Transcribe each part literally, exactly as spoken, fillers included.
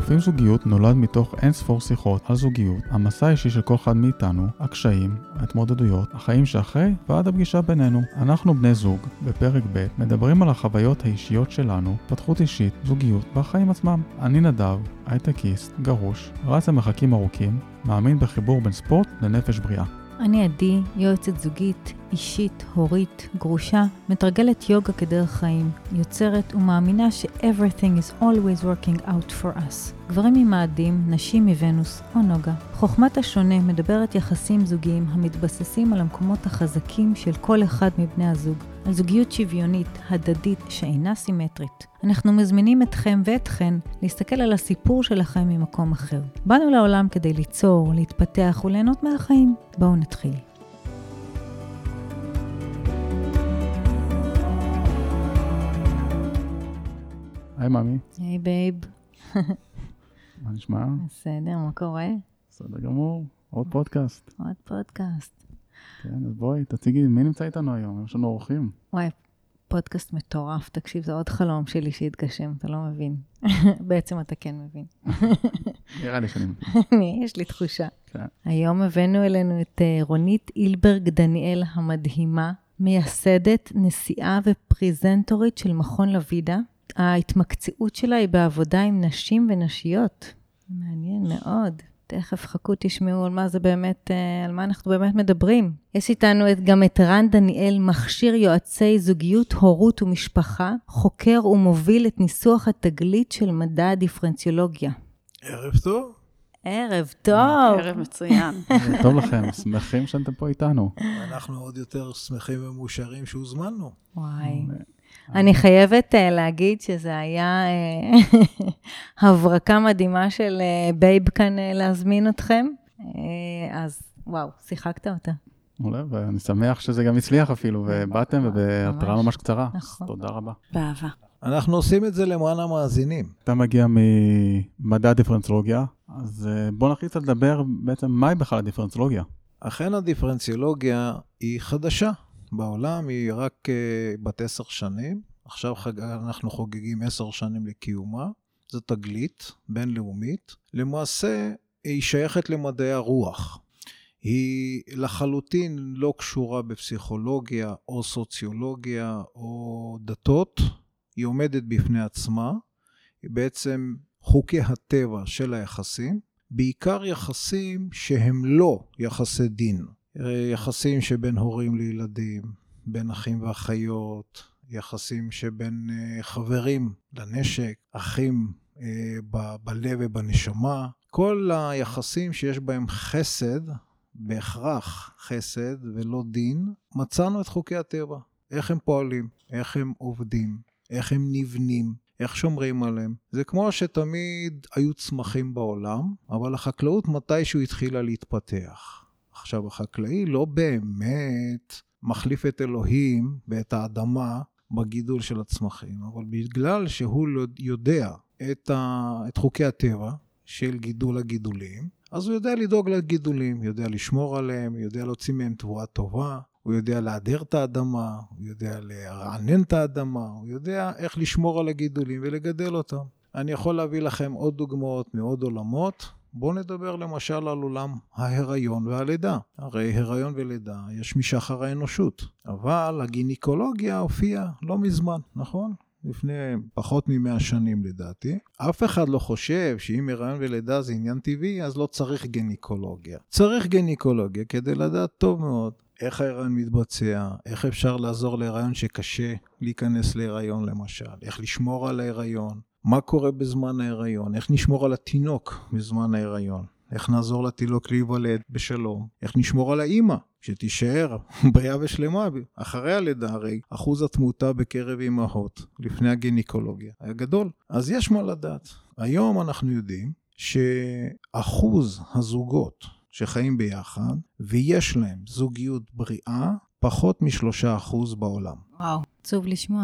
מורפים זוגיות נולד מתוך אין ספור שיחות על זוגיות, המסע האישי של כל אחד מאיתנו, הקשיים, ההתמודדויות, החיים שאחרי ועד הפגישה בינינו. אנחנו בני זוג, בפרק ב' מדברים על החוויות האישיות שלנו, פתחות אישית, זוגיות והחיים עצמם. אני נדב, הייטקיסט, גרוש, רץ למרחקים ארוכים, מאמין בחיבור בין ספורט לנפש בריאה. אני עדי, יועצת זוגית, אישית, הורית, גרושה, מתרגלת יוגה כדרך חיים, יוצרת ומאמינה ש-everything is always working out for us. גברים ממאדים, נשים מוונוס או נוגה. חוכמת השונה מדברת יחסים זוגיים המתבססים על המקומות החזקים של כל אחד מבני הזוג, על זוגיות שוויונית, הדדית, שאינה סימטרית. אנחנו מזמינים אתכם ואתכן להסתכל על הסיפור שלכם ממקום אחר. באנו לעולם כדי ליצור, להתפתח וליהנות מהחיים. בואו נתחיל. היי מאמי. היי בייב. מה נשמע? בסדר, מה קורה? בסדר גמור, עוד פודקאסט. עוד פודקאסט. כן, אז בואי, תציגי, מי נמצא איתנו היום? יש לנו אורחים. וואי, פודקאסט מטורף, תקשיב, זה עוד חלום שלי שהתגשם, אתה לא מבין. בעצם אתה כן מבין. נראה לי שאני מבין. יש לי תחושה. כן. היום הבאנו אלינו את רונית אילברג דניאל המדהימה, מייסדת, נשיאה ופריזנטורית של מכון לוידה. ההתמקצעות שלה היא בעבודה עם נשים ונשיות. מעניין מאוד. תכף חכו תשמעו על מה זה באמת, על מה אנחנו באמת מדברים. יש איתנו את, גם את רן דניאל, מכשיר יועצי זוגיות, הורות ומשפחה, חוקר ומוביל את ניסוח התגלית של מדע הדיפרנציולוגיה. ערב טוב. ערב טוב. ערב מצוין. טוב לכם, שמחים שאתם פה איתנו. אנחנו עוד יותר שמחים ומאושרים שהוזמנו. וואי. אני חייבת uh, להגיד שזה היה uh, הברקה מדהימה של uh, בייב כאן uh, להזמין אתכם. Uh, אז וואו, שיחקת אותה. מעולה, ואני שמח שזה גם הצליח אפילו, ובאתם ובהתראה ממש קצרה. נכון. תודה רבה. באהבה. אנחנו עושים את זה למען המאזינים. אתה מגיע ממדע דיפרנציולוגיה, אז uh, בוא נחליט לדבר בעצם מהי בכלל הדיפרנציולוגיה. אכן הדיפרנציולוגיה היא חדשה. בעולם היא רק uh, בת עשר שנים, עכשיו חג... אנחנו חוגגים עשר שנים לקיומה, זו תגלית בינלאומית, למעשה היא שייכת למדעי הרוח, היא לחלוטין לא קשורה בפסיכולוגיה או סוציולוגיה או דתות, היא עומדת בפני עצמה, היא בעצם חוקי הטבע של היחסים, בעיקר יחסים שהם לא יחסי דין, יחסים שבין הורים לילדים, בין אחים ואחיות, יחסים שבין חברים לנשק, אחים ב- בלב ובנשמה. כל היחסים שיש בהם חסד, בהכרח חסד ולא דין, מצאנו את חוקי הטבע. איך הם פועלים, איך הם עובדים, איך הם נבנים, איך שומרים עליהם. זה כמו שתמיד היו צמחים בעולם, אבל החקלאות מתישהו התחילה להתפתח. עכשיו, החקלאי לא באמת מחליף את אלוהים ואת האדמה בגידול של הצמחים, אבל בגלל שהוא יודע את, ה... את חוקי הטבע של גידול הגידולים, אז הוא יודע לדאוג לגידולים, יודע לשמור עליהם, יודע להוציא מהם תבואה טובה, הוא יודע להדר את האדמה, הוא יודע לרענן את האדמה, הוא יודע איך לשמור על הגידולים ולגדל אותם. אני יכול להביא לכם עוד דוגמאות מעוד עולמות, בואו נדבר למשל על עולם ההיריון והלידה. הרי הריון ולידה יש משחר האנושות, אבל הגינקולוגיה הופיעה לא מזמן, נכון? לפני פחות ממאה שנים לדעתי. אף אחד לא חושב שאם הריון ולידה זה עניין טבעי, אז לא צריך גינקולוגיה. צריך גינקולוגיה כדי לדעת טוב מאוד איך ההיריון מתבצע, איך אפשר לעזור להיריון שקשה להיכנס להיריון למשל, איך לשמור על ההיריון. מה קורה בזמן ההיריון, איך נשמור על התינוק בזמן ההיריון, איך נעזור לתינוק להיוולד בשלום, איך נשמור על האמא שתישאר בריאה ושלמה אחרי הלידה. הרי אחוז התמותה בקרב אמהות לפני הגינקולוגיה היה גדול, אז יש מה לדעת. היום אנחנו יודעים שאחוז הזוגות שחיים ביחד ויש להם זוגיות בריאה פחות משלושה אחוז בעולם. וואו, עצוב לשמוע.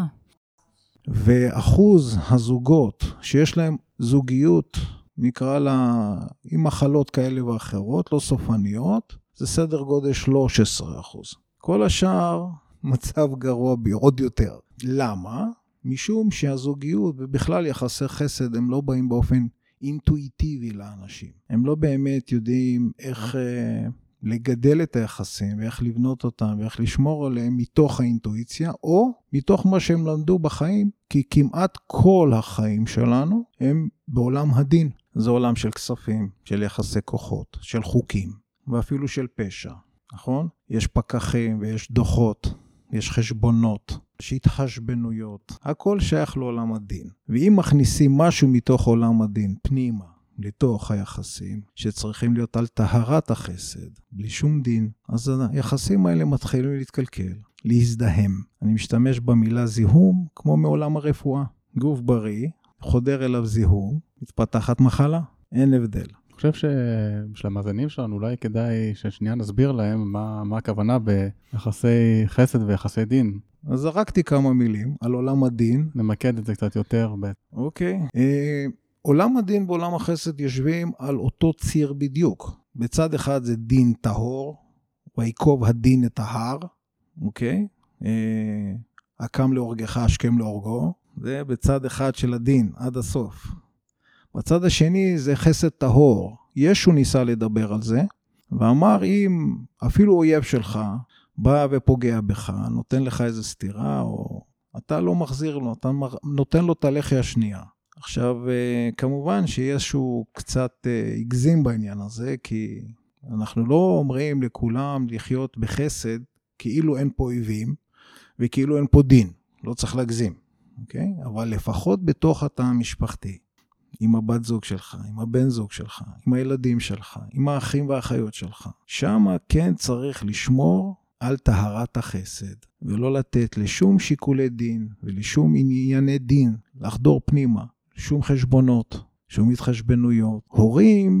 ואחוז הזוגות שיש להם זוגיות, נקרא לה עם מחלות כאלה ואחרות, לא סופניות, זה סדר גודל שלושה עשר אחוז. כל השאר מצב גרוע עוד יותר. למה? משום שהזוגיות ובכלל יחסי חסד הם לא באים באופן אינטואיטיבי לאנשים. הם לא באמת יודעים איך uh, לגדל את היחסים, ואיך לבנות אותם, ואיך לשמור עליהם מתוך האינטואיציה, או מתוך מה שהם למדו בחיים, כי כמעט כל החיים שלנו הם בעולם הדין. זה עולם של כספים, של יחסי כוחות, של חוקים, ואפילו של פשע, נכון? יש פקחים ויש דוחות, יש חשבונות, יש התחשבנויות, הכל שייך לעולם הדין. ואם מכניסים משהו מתוך עולם הדין פנימה, לתוך היחסים, שצריכים להיות על טהרת החסד, בלי שום דין, אז היחסים האלה מתחילים להתקלקל, להזדהם. אני משתמש במילה זיהום, כמו מעולם הרפואה. גוף בריא, חודר אליו זיהום, מתפתחת מחלה, אין הבדל. אני חושב שבשביל המאזינים שלנו אולי כדאי ששנייה נסביר להם מה, מה הכוונה ביחסי חסד ויחסי דין. אז זרקתי כמה מילים על עולם הדין. נמקד את זה קצת יותר. אוקיי. אה, עולם הדין ועולם החסד יושבים על אותו ציר בדיוק. בצד אחד זה דין טהור, ויקוב הדין את ההר, אוקיי? אה, הקם להורגך, השכם להורגו. זה בצד אחד של הדין, עד הסוף. בצד השני זה חסד טהור. ישו ניסה לדבר על זה, ואמר אם אפילו אויב שלך בא ופוגע בך, נותן לך איזו סתירה, או אתה לא מחזיר לו, אתה נותן לו את הלחי השנייה. עכשיו, כמובן שישו קצת הגזים בעניין הזה, כי אנחנו לא אומרים לכולם לחיות בחסד, כאילו אין פה אויבים, וכאילו אין פה דין. לא צריך להגזים. אוקיי? אבל לפחות בתוך התא המשפחתי, עם הבת זוג שלך, עם הבן זוג שלך, עם הילדים שלך, עם האחים והאחיות שלך, שם כן צריך לשמור על טהרת החסד, ולא לתת לשום שיקולי דין, ולשום ענייני דין, לחדור פנימה, שום חשבונות, שום התחשבנויות. הורים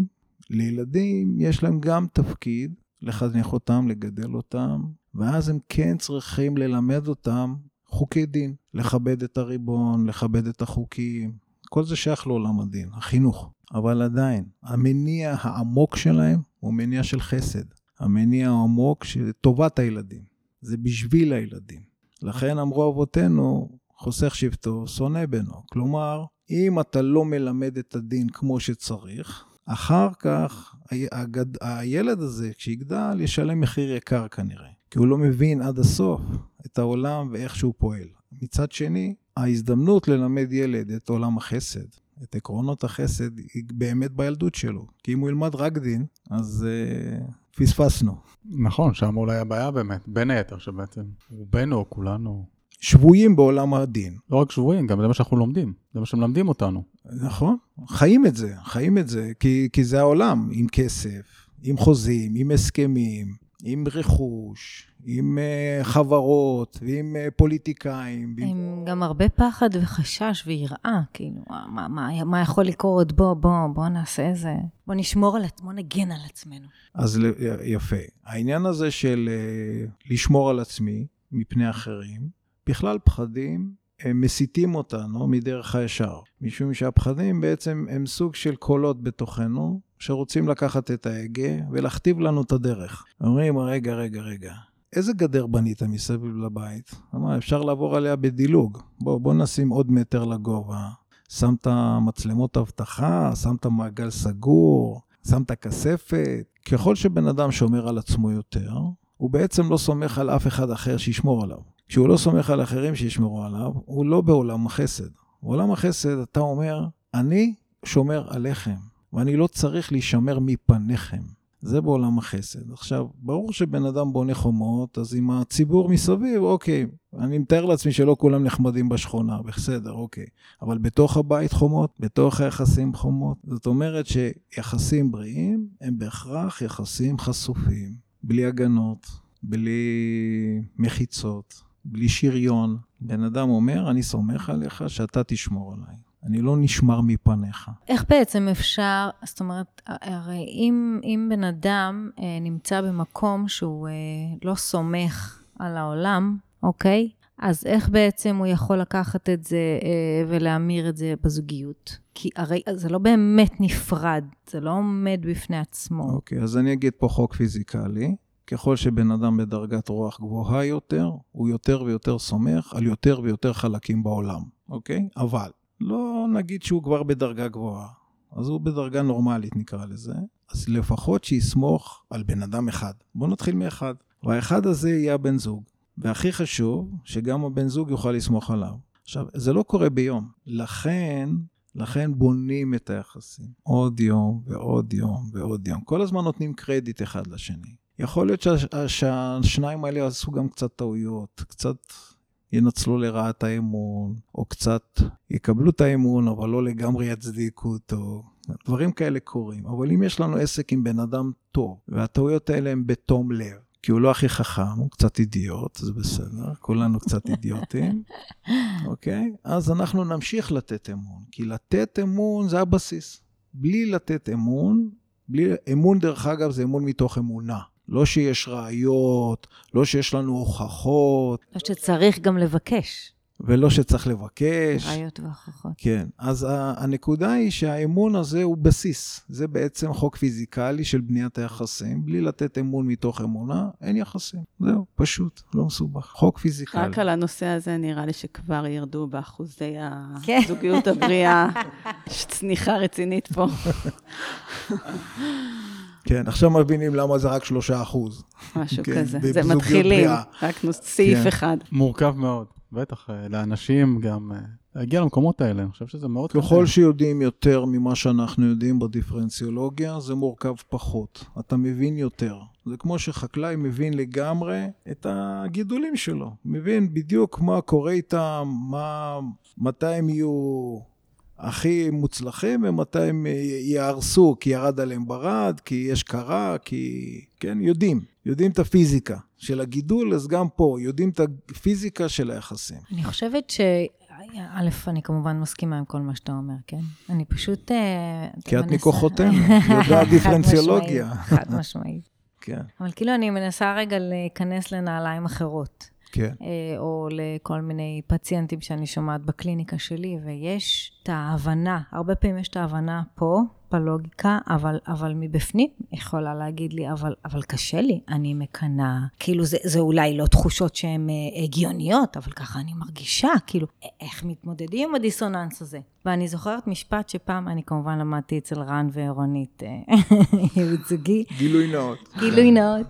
לילדים יש להם גם תפקיד לחנך אותם, לגדל אותם, ואז הם כן צריכים ללמד אותם חוקי דין, לכבד את הריבון, לכבד את החוקים, כל זה שייך לעולם הדין, החינוך. אבל עדיין, המניע העמוק שלהם הוא מניע של חסד. המניע העמוק של טובת הילדים. זה בשביל הילדים. לכן אמרו אבותינו, חוסך שבטו, שונא בנו. כלומר, אם אתה לא מלמד את הדין כמו שצריך, אחר כך הגד... הילד הזה, כשיגדל, ישלם מחיר יקר כנראה. כי הוא לא מבין עד הסוף את העולם ואיך שהוא פועל. מצד שני, ההזדמנות ללמד ילד את עולם החסד, את עקרונות החסד, היא באמת בילדות שלו. כי אם הוא ילמד רק דין, אז uh, פספסנו. נכון, שם אולי הבעיה באמת, בין היתר שבעצם רובנו, כולנו. שבויים בעולם הדין. לא רק שבויים, גם זה מה שאנחנו לומדים. זה מה שמלמדים אותנו. נכון, חיים את זה, חיים את זה, כי, כי זה העולם, עם כסף, עם חוזים, עם הסכמים, עם רכוש, עם uh, חברות, ועם uh, פוליטיקאים. עם גם הרבה פחד וחשש ויראה, כאילו, מה, מה, מה יכול לקרות? בוא, בוא, בוא נעשה איזה, בוא נשמור על עצמנו, נגן על עצמנו. אז יפה. העניין הזה של uh, לשמור על עצמי מפני אחרים, בכלל פחדים, הם מסיתים אותנו מדרך הישר. משום שהפחדים בעצם הם סוג של קולות בתוכנו, שרוצים לקחת את ההגה ולהכתיב לנו את הדרך. אומרים, רגע, רגע, רגע, איזה גדר בנית מסביב לבית? אמר, אפשר לעבור עליה בדילוג. בוא, בוא נשים עוד מטר לגובה. שמת מצלמות הבטחה, שמת מעגל סגור, שמת כספת. ככל שבן אדם שומר על עצמו יותר, הוא בעצם לא סומך על אף אחד אחר שישמור עליו. כשהוא לא סומך על אחרים שישמרו עליו, הוא לא בעולם החסד. בעולם החסד אתה אומר, אני שומר עליכם, ואני לא צריך להישמר מפניכם. זה בעולם החסד. עכשיו, ברור שבן אדם בונה חומות, אז עם הציבור מסביב, אוקיי, אני מתאר לעצמי שלא כולם נחמדים בשכונה, בסדר, אוקיי. אבל בתוך הבית חומות, בתוך היחסים חומות. זאת אומרת שיחסים בריאים הם בהכרח יחסים חשופים, בלי הגנות, בלי מחיצות, בלי שריון. בן אדם אומר, אני סומך עליך שאתה תשמור עליי. אני לא נשמר מפניך. איך בעצם אפשר, זאת אומרת, הרי אם, אם בן אדם אה, נמצא במקום שהוא אה, לא סומך על העולם, אוקיי? אז איך בעצם הוא יכול לקחת את זה אה, ולהמיר את זה בזוגיות? כי הרי זה לא באמת נפרד, זה לא עומד בפני עצמו. אוקיי, אז אני אגיד פה חוק פיזיקלי. ככל שבן אדם בדרגת רוח גבוהה יותר, הוא יותר ויותר סומך על יותר ויותר חלקים בעולם. אוקיי? אבל לא נגיד שהוא כבר בדרגה גבוהה. אז הוא בדרגה נורמלית נקרא לזה, אז לפחות שיסמוך על בן אדם אחד. בואו נתחיל מאחד. והאחד הזה יהיה הבן זוג. והכי חשוב, שגם הבן זוג יוכל לסמוך עליו. עכשיו, זה לא קורה ביום. לכן, לכן בונים את היחסים. עוד יום ועוד יום ועוד יום. כל הזמן נותנים קרדיט אחד לשני. יכול להיות שהשניים האלה עשו גם קצת טעויות, קצת ינצלו לרעת האמון, או קצת יקבלו את האמון, אבל לא לגמרי יצדיקו אותו. דברים כאלה קורים. אבל אם יש לנו עסק עם בן אדם טוב, והטעויות האלה הן בתום לב, כי הוא לא הכי חכם, הוא קצת אידיוט, זה בסדר, כולנו קצת אידיוטים, אוקיי? אז אנחנו נמשיך לתת אמון, כי לתת אמון זה הבסיס. בלי לתת אמון, בלי, אמון דרך אגב זה אמון מתוך אמונה. לא שיש ראיות, לא שיש לנו הוכחות. לא שצריך גם לבקש. ולא שצריך לבקש. ראיות והוכחות. כן, אז הנקודה היא שהאמון הזה הוא בסיס. זה בעצם חוק פיזיקלי של בניית היחסים. בלי לתת אמון מתוך אמונה, אין יחסים. זהו, פשוט, לא מסובך. חוק פיזיקלי. רק על הנושא הזה נראה לי שכבר ירדו באחוזי הזוגיות הבריאה. יש צניחה רצינית פה. כן, עכשיו מבינים למה זה רק שלושה אחוז. משהו כזה. זה מתחילים, רק סעיף אחד. מורכב מאוד. בטח, לאנשים גם להגיע למקומות האלה, אני חושב שזה מאוד קשה. ככל שיודעים יותר ממה שאנחנו יודעים בדיפרנציולוגיה, זה מורכב פחות. אתה מבין יותר. זה כמו שחקלאי מבין לגמרי את הגידולים שלו. מבין בדיוק מה קורה איתם, מה, מתי הם יהיו הכי מוצלחים, ומתי הם יערסו, כי ירד עליהם ברד, כי יש קרה, כי... כן, יודעים. יודעים את הפיזיקה של הגידול, אז גם פה יודעים את הפיזיקה של היחסים. אני חושבת ש... א', אני כמובן מסכימה עם כל מה שאתה אומר, כן? אני פשוט... כי את מכוחותינו, יודעת דיפרנציולוגיה. חד משמעית. כן. אבל כאילו אני מנסה רגע להיכנס לנעליים אחרות. כן. או לכל מיני פציינטים שאני שומעת בקליניקה שלי, ויש את ההבנה, הרבה פעמים יש את ההבנה פה, בלוגיקה, אבל, אבל מבפנים יכולה להגיד לי, אבל, אבל קשה לי, אני מקנה, כאילו זה, זה אולי לא תחושות שהן הגיוניות, אבל ככה אני מרגישה, כאילו, איך מתמודדים עם הדיסוננס הזה? ואני זוכרת משפט שפעם, אני כמובן למדתי אצל רן ואירונית, ייעוץ זוגי. גילוי נאות. גילוי נאות.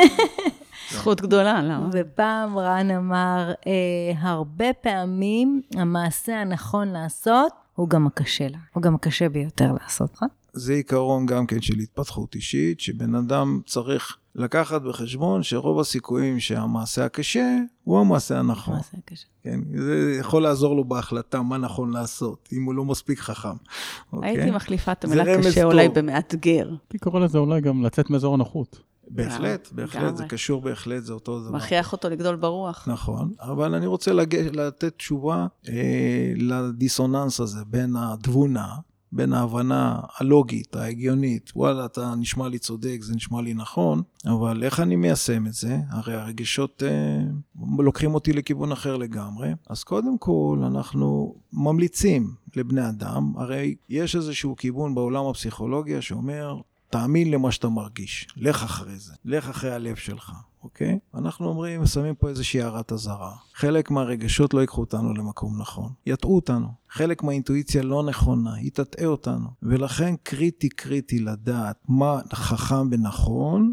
זכות גדולה, למה? ופעם רן אמר, אה, הרבה פעמים המעשה הנכון לעשות, הוא גם הקשה לה, הוא גם הקשה ביותר לעשות, נכון? זה עיקרון גם כן של התפתחות אישית, שבן אדם צריך לקחת בחשבון שרוב הסיכויים שהמעשה הקשה, הוא המעשה הנכון. המעשה הקשה. כן, זה יכול לעזור לו בהחלטה מה נכון לעשות, אם הוא לא מספיק חכם. הייתי מחליפה את המילה קשה אולי במאתגר. הייתי קורא לזה אולי גם לצאת מאזור הנוחות. בהחלט, בהחלט, זה קשור בהחלט, זה אותו דבר. מכריח אותו לגדול ברוח. נכון, אבל אני רוצה לתת תשובה אה, לדיסוננס הזה, בין התבונה, בין ההבנה הלוגית, ההגיונית, וואלה, אתה נשמע לי צודק, זה נשמע לי נכון, אבל איך אני מיישם את זה? הרי הרגשות אה, לוקחים אותי לכיוון אחר לגמרי, אז קודם כל אנחנו ממליצים לבני אדם, הרי יש איזשהו כיוון בעולם הפסיכולוגיה שאומר, תאמין למה שאתה מרגיש, לך אחרי זה, לך אחרי הלב שלך, אוקיי? אנחנו אומרים, שמים פה איזושהי הערת אזהרה. חלק מהרגשות לא ייקחו אותנו למקום נכון, יטעו אותנו. חלק מהאינטואיציה לא נכונה, היא תטעה אותנו. ולכן קריטי קריטי לדעת מה חכם ונכון,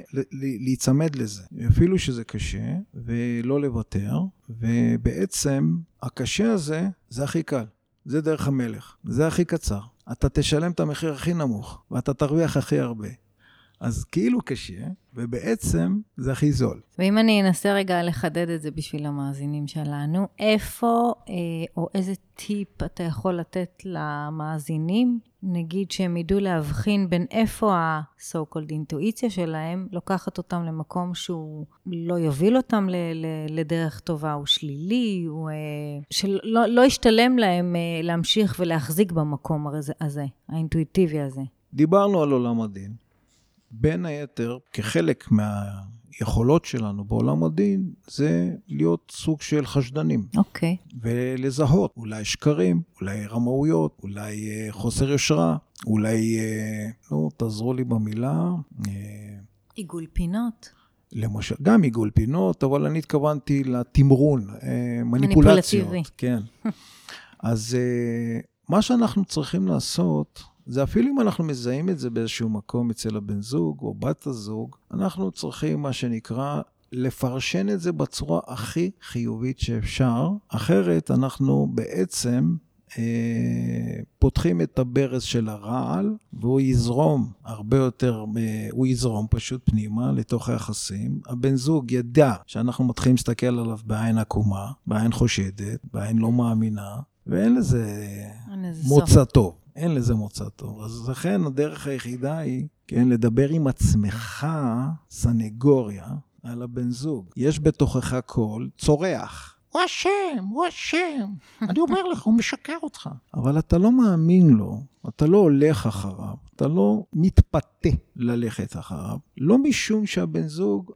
ולהיצמד לזה. אפילו שזה קשה, ולא לוותר, ובעצם הקשה הזה, זה הכי קל. זה דרך המלך, זה הכי קצר. אתה תשלם את המחיר הכי נמוך, ואתה תרוויח הכי הרבה. אז כאילו קשה, ובעצם זה הכי זול. ואם אני אנסה רגע לחדד את זה בשביל המאזינים שלנו, איפה אה, או איזה טיפ אתה יכול לתת למאזינים, נגיד שהם ידעו להבחין בין איפה ה-so called אינטואיציה שלהם, לוקחת אותם למקום שהוא לא יוביל אותם ל- ל- לדרך טובה, הוא שלילי, הוא, אה, שלא לא ישתלם להם אה, להמשיך ולהחזיק במקום הזה, הזה, האינטואיטיבי הזה. דיברנו על עולם הדין. בין היתר, כחלק מהיכולות שלנו בעולם הדין, זה להיות סוג של חשדנים. אוקיי. ולזהות, אולי שקרים, אולי רמאויות, אולי חוסר יושרה, אולי, נו, תעזרו לי במילה. עיגול פינות. למשל, גם עיגול פינות, אבל אני התכוונתי לתמרון, מניפולציות. מניפולטיבי. כן. אז מה שאנחנו צריכים לעשות, זה אפילו אם אנחנו מזהים את זה באיזשהו מקום אצל הבן זוג או בת הזוג, אנחנו צריכים מה שנקרא לפרשן את זה בצורה הכי חיובית שאפשר, אחרת אנחנו בעצם אה, פותחים את הברז של הרעל, והוא יזרום הרבה יותר, אה, הוא יזרום פשוט פנימה לתוך היחסים. הבן זוג ידע שאנחנו מתחילים להסתכל עליו בעין עקומה, בעין חושדת, בעין לא מאמינה, ואין לזה מוצא טוב. אין לזה מוצא טוב. אז לכן הדרך היחידה היא, כן, לדבר עם עצמך סנגוריה על הבן זוג. יש בתוכך קול צורח. הוא אשם, הוא אשם. אני אומר לך, הוא משקר אותך. אבל אתה לא מאמין לו, אתה לא הולך אחריו, אתה לא מתפתה ללכת אחריו. לא משום שהבן זוג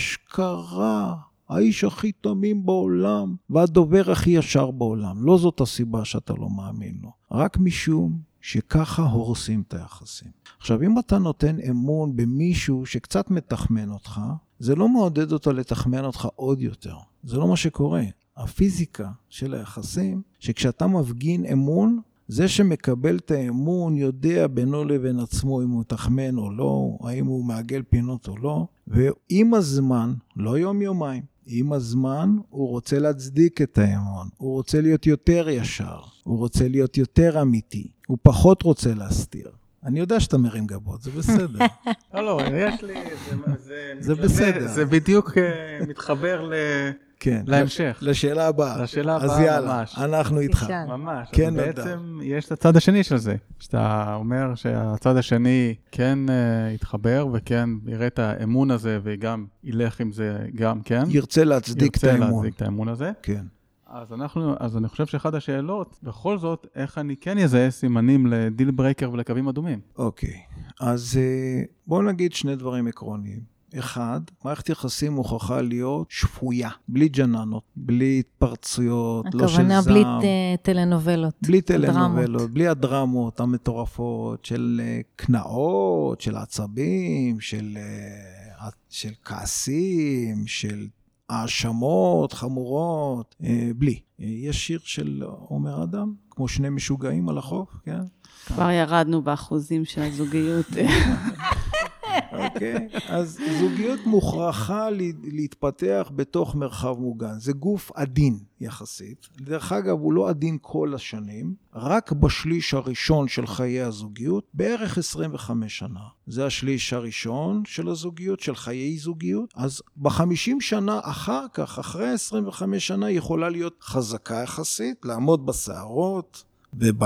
אשכרה, האיש הכי תמים בעולם, והדובר הכי ישר בעולם. לא זאת הסיבה שאתה לא מאמין לו. רק משום שככה הורסים את היחסים. עכשיו, אם אתה נותן אמון במישהו שקצת מתחמן אותך, זה לא מעודד אותו לתחמן אותך עוד יותר. זה לא מה שקורה. הפיזיקה של היחסים, שכשאתה מפגין אמון, זה שמקבל את האמון יודע בינו לבין עצמו אם הוא תחמן או לא, האם הוא מעגל פינות או לא, ועם הזמן, לא יום יומיים, עם הזמן הוא רוצה להצדיק את האמון, הוא רוצה להיות יותר ישר, הוא רוצה להיות יותר אמיתי, הוא פחות רוצה להסתיר. אני יודע שאתה מרים גבות, זה בסדר. לא, לא, יש לי, זה בסדר. זה בדיוק מתחבר ל... כן, להמשך. לשאלה הבאה. לשאלה הבאה ממש. אז יאללה, אנחנו איתך. ממש. כן, בעצם יש את הצד השני של זה, שאתה אומר שהצד השני כן יתחבר וכן יראה את האמון הזה וגם ילך עם זה גם כן. ירצה להצדיק את האמון. ירצה להצדיק את האמון הזה. כן. אז אנחנו, אז אני חושב שאחת השאלות, בכל זאת, איך אני כן יזהה סימנים לדיל ברייקר ולקווים אדומים. אוקיי. אז בואו נגיד שני דברים עקרוניים. אחד, מערכת יחסים מוכרחה להיות שפויה, בלי ג'ננות, בלי התפרצויות, לא של זעם. הכוונה בלי טלנובלות. בלי טלנובלות, בלי הדרמות המטורפות של קנאות, של עצבים, של, של כעסים, של האשמות חמורות, בלי. יש שיר של עומר אדם, כמו שני משוגעים על החוף, כן? כבר ירדנו באחוזים של הזוגיות. אוקיי, אז זוגיות מוכרחה להתפתח בתוך מרחב מוגן. זה גוף עדין יחסית. דרך אגב, הוא לא עדין כל השנים, רק בשליש הראשון של חיי הזוגיות, בערך עשרים וחמש שנה. זה השליש הראשון של הזוגיות, של חיי זוגיות. אז ב-חמישים שנה אחר כך, אחרי עשרים וחמש שנה, יכולה להיות חזקה יחסית, לעמוד בסערות, וב...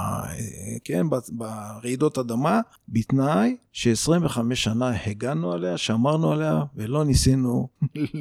כן, ברעידות אדמה, בתנאי ש-עשרים וחמש שנה הגענו עליה, שמרנו עליה, ולא ניסינו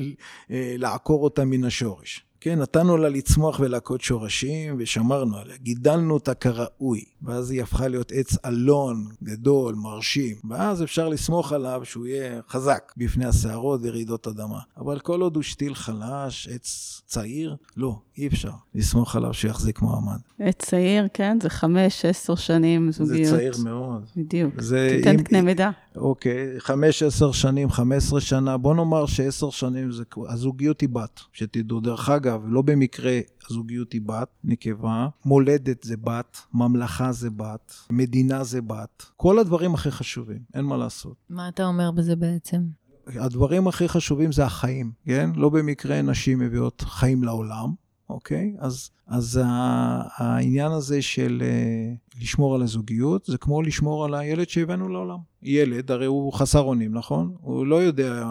לעקור אותה מן השורש. כן, נתנו לה לצמוח ולהכות שורשים, ושמרנו עליה, גידלנו אותה כראוי, ואז היא הפכה להיות עץ אלון, גדול, מרשים, ואז אפשר לסמוך עליו שהוא יהיה חזק בפני הסערות ורעידות אדמה. אבל כל עוד הוא שתיל חלש, עץ צעיר, לא, אי אפשר לסמוך עליו שיחזיק מעמד. עץ צעיר, כן, זה חמש, עשר שנים זוגיות. זה צעיר מאוד. בדיוק, תיתן קנה מידע. אוקיי, חמש, עשר שנים, חמש עשרה שנה, בוא נאמר שעשר שנים זה, הזוגיות היא בת, שתדעו, דרך אגב, לא במקרה הזוגיות היא בת, נקבה, מולדת זה בת, ממלכה זה בת, מדינה זה בת, כל הדברים הכי חשובים, אין מה לעשות. מה אתה אומר בזה בעצם? הדברים הכי חשובים זה החיים, כן? לא במקרה נשים מביאות חיים לעולם, אוקיי? אז, אז העניין הזה של לשמור על הזוגיות, זה כמו לשמור על הילד שהבאנו לעולם. ילד, הרי הוא חסר אונים, נכון? הוא לא יודע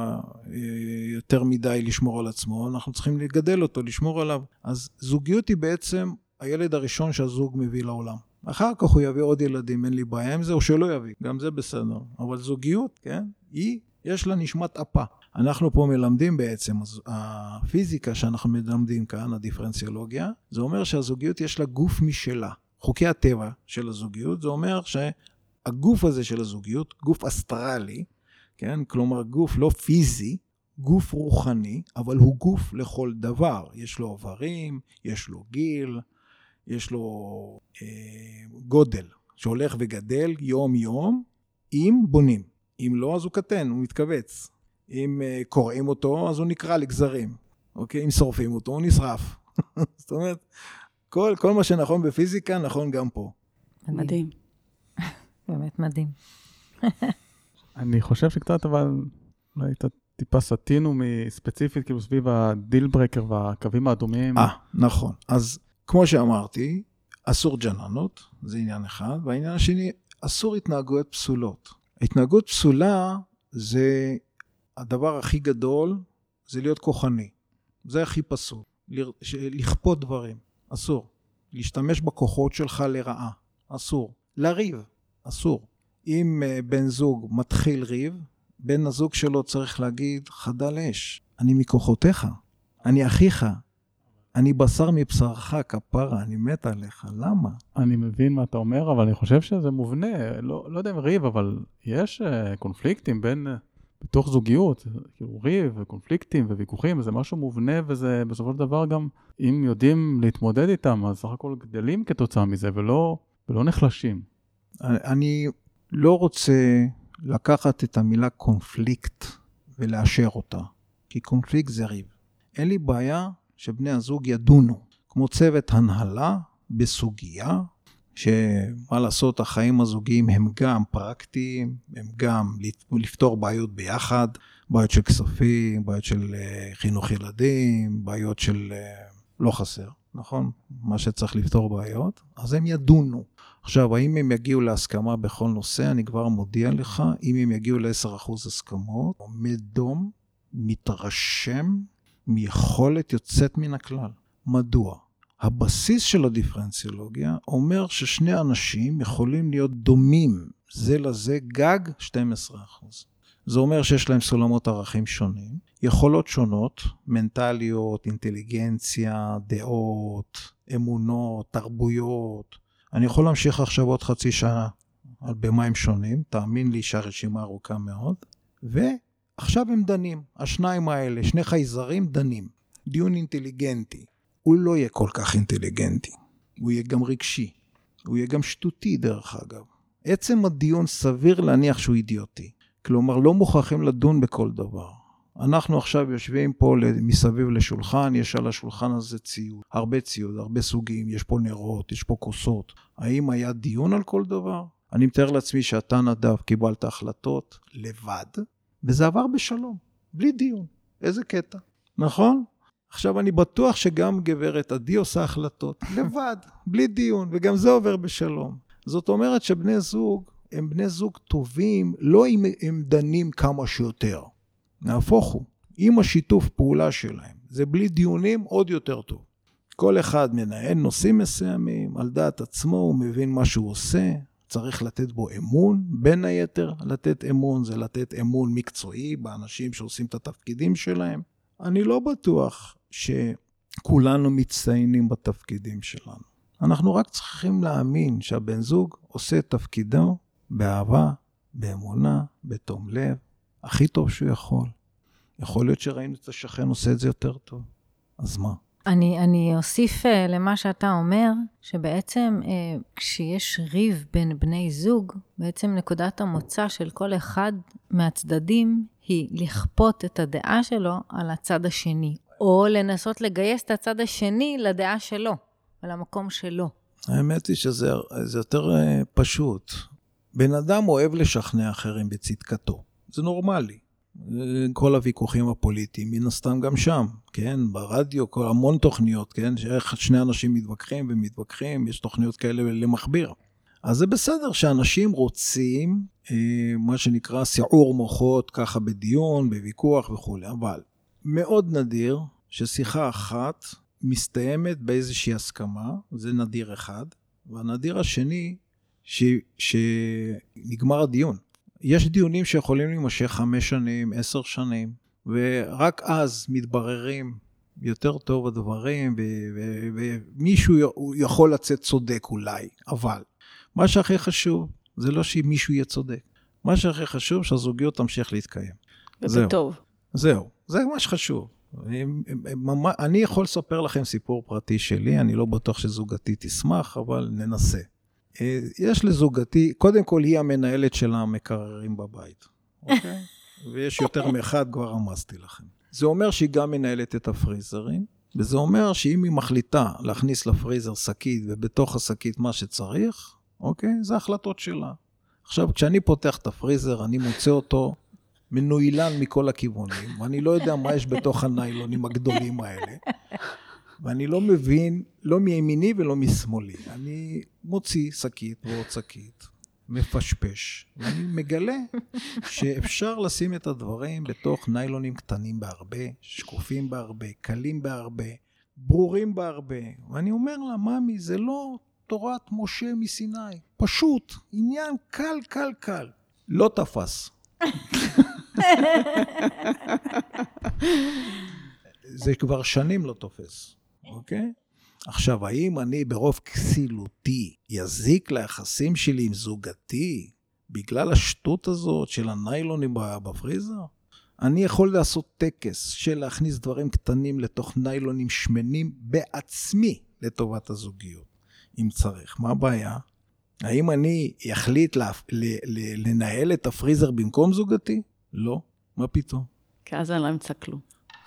יותר מדי לשמור על עצמו, אנחנו צריכים לגדל אותו, לשמור עליו. אז זוגיות היא בעצם הילד הראשון שהזוג מביא לעולם. אחר כך הוא יביא עוד ילדים, אין לי בעיה עם זה, או שלא יביא, גם זה בסדר. אבל זוגיות, כן? היא, יש לה נשמת אפה. אנחנו פה מלמדים בעצם, הפיזיקה שאנחנו מלמדים כאן, הדיפרנציולוגיה, זה אומר שהזוגיות יש לה גוף משלה. חוקי הטבע של הזוגיות, זה אומר שהגוף הזה של הזוגיות, גוף אסטרלי, כן? כלומר גוף לא פיזי, גוף רוחני, אבל הוא גוף לכל דבר. יש לו עוברים, יש לו גיל, יש לו אה, גודל, שהולך וגדל יום יום, אם בונים. אם לא, אז הוא קטן, הוא מתכווץ. אם uh, קוראים אותו, אז הוא נקרא לגזרים. אוקיי? אם שורפים אותו, הוא נשרף. זאת אומרת, כל, כל מה שנכון בפיזיקה, נכון גם פה. מדהים. באמת מדהים. אני חושב שקצת, אבל אולי טיפה סטינו מספציפית, כאילו סביב הדיל ברקר והקווים האדומים. אה, נכון. אז כמו שאמרתי, אסור ג'ננות, זה עניין אחד, והעניין השני, אסור התנהגויות פסולות. ההתנהגות פסולה זה הדבר הכי גדול, זה להיות כוחני. זה הכי פסול. לכפות דברים, אסור. להשתמש בכוחות שלך לרעה, אסור. לריב, אסור. אם בן זוג מתחיל ריב, בן הזוג שלו צריך להגיד, חדל אש, אני מכוחותיך, אני אחיך, אני בשר מבשרך, כפרה, אני מת עליך, למה? אני מבין מה אתה אומר, אבל אני חושב שזה מובנה, לא, לא יודע אם ריב, אבל יש uh, קונפליקטים בין, uh, בתוך זוגיות, כאילו ריב וקונפליקטים וויכוחים, זה משהו מובנה, וזה בסופו של דבר גם, אם יודעים להתמודד איתם, אז סך הכל גדלים כתוצאה מזה, ולא, ולא נחלשים. אני לא רוצה לקחת את המילה קונפליקט ולאשר אותה, כי קונפליקט זה ריב. אין לי בעיה שבני הזוג ידונו, כמו צוות הנהלה בסוגיה, שמה לעשות, החיים הזוגיים הם גם פרקטיים, הם גם לפתור בעיות ביחד, בעיות של כספים, בעיות של חינוך ילדים, בעיות של לא חסר, נכון? מה שצריך לפתור בעיות, אז הם ידונו. עכשיו, האם הם יגיעו להסכמה בכל נושא, אני כבר מודיע לך, אם הם יגיעו ל-עשרה אחוז הסכמות, עומד דום, מתרשם, מיכולת יוצאת מן הכלל. מדוע? הבסיס של הדיפרנציולוגיה אומר ששני אנשים יכולים להיות דומים זה לזה גג שנים עשר אחוז. זה אומר שיש להם סולמות ערכים שונים, יכולות שונות, מנטליות, אינטליגנציה, דעות, אמונות, תרבויות. אני יכול להמשיך עכשיו עוד חצי שנה על במים שונים, תאמין לי שהרשימה ארוכה מאוד, ו... עכשיו הם דנים, השניים האלה, שני חייזרים דנים. דיון אינטליגנטי. הוא לא יהיה כל כך אינטליגנטי. הוא יהיה גם רגשי. הוא יהיה גם שטותי דרך אגב. עצם הדיון סביר להניח שהוא אידיוטי. כלומר, לא מוכרחים לדון בכל דבר. אנחנו עכשיו יושבים פה מסביב לשולחן, יש על השולחן הזה ציוד. הרבה ציוד, הרבה סוגים, יש פה נרות, יש פה כוסות. האם היה דיון על כל דבר? אני מתאר לעצמי שאתה נדב קיבלת החלטות לבד. וזה עבר בשלום, בלי דיון. איזה קטע, נכון? עכשיו אני בטוח שגם גברת עדי עושה החלטות, לבד, בלי דיון, וגם זה עובר בשלום. זאת אומרת שבני זוג, הם בני זוג טובים, לא אם הם דנים כמה שיותר. נהפוך הוא, עם השיתוף פעולה שלהם. זה בלי דיונים עוד יותר טוב. כל אחד מנהל נושאים מסוימים, על דעת עצמו, הוא מבין מה שהוא עושה, צריך לתת בו אמון, בין היתר לתת אמון, זה לתת אמון מקצועי באנשים שעושים את התפקידים שלהם. אני לא בטוח שכולנו מצטיינים בתפקידים שלנו. אנחנו רק צריכים להאמין שהבן זוג עושה את תפקידו באהבה, באמונה, בתום לב, הכי טוב שהוא יכול. יכול להיות שראינו את השכן עושה את זה יותר טוב. אז מה? אני, אני אוסיף uh, למה שאתה אומר, שבעצם uh, כשיש ריב בין בני זוג, בעצם נקודת המוצא של כל אחד מהצדדים היא לכפות את הדעה שלו על הצד השני, או לנסות לגייס את הצד השני לדעה שלו, על המקום שלו. האמת היא שזה זה יותר uh, פשוט. בן אדם אוהב לשכנע אחרים בצדקתו. זה נורמלי. כל הוויכוחים הפוליטיים, מן הסתם גם שם, כן? ברדיו, כל המון תוכניות, כן? שאיך שני אנשים מתווכחים ומתווכחים, יש תוכניות כאלה למחביר. אז זה בסדר שאנשים רוצים, אה, מה שנקרא סיעור מוחות, ככה בדיון, בוויכוח וכו'. אבל מאוד נדיר ששיחה אחת מסתיימת באיזושהי הסכמה, זה נדיר אחד, והנדיר השני ש, שנגמר הדיון. יש דיונים שיכולים להימשך חמש שנים, עשר שנים, ורק אז מתבררים יותר טוב הדברים, ומישהו יכול לצאת צודק אולי, אבל מה שהכי חשוב זה לא שמישהו יהיה צודק. מה שהכי חשוב שהזוגיות תמשיך להתקיים. ובטוב. זהו, זה מה שחשוב. אני יכול לספר לכם סיפור פרטי שלי, אני לא בטוח שזוגתי תשמח, אבל ננסה. יש לזוגתי, קודם כל היא המנהלת של המקררים בבית, אוקיי? ויש יותר מאחד, כבר רמזתי לכם. זה אומר שהיא גם מנהלת את הפריזרים, וזה אומר שאם היא מחליטה להכניס לפריזר שקית, ובתוך השקית מה שצריך, אוקיי? זה החלטות שלה. עכשיו, כשאני פותח את הפריזר, אני מוצא אותו מנוילן מכל הכיוונים, ואני לא יודע מה יש בתוך הניילונים הגדולים האלה, ואני לא מבין, לא מימיני ולא משמאלי. אני מוציא שקית ועוד שקית, מפשפש, ואני מגלה שאפשר לשים את הדברים בתוך ניילונים קטנים בהרבה, שקופים בהרבה, קלים בהרבה, ברורים בהרבה. ואני אומר לה, ממי, זה לא תורת משה מסיני, פשוט, עניין קל, קל, קל. לא תפס. זה כבר שנים לא תופס, אוקיי? עכשיו, האם אני ברוב כסילותי יזיק ליחסים שלי עם זוגתי, בגלל השטות הזאת של הניילונים בפריזר? אני יכול לעשות טקס של להכניס דברים קטנים לתוך ניילונים שמנים בעצמי לטובת הזוגיות, אם צריך. מה הבעיה? האם אני יחליט לה, ל, ל, לנהל את הפריזר במקום זוגתי? לא. מה פתאום? כי אז אני לא אמצא כלום.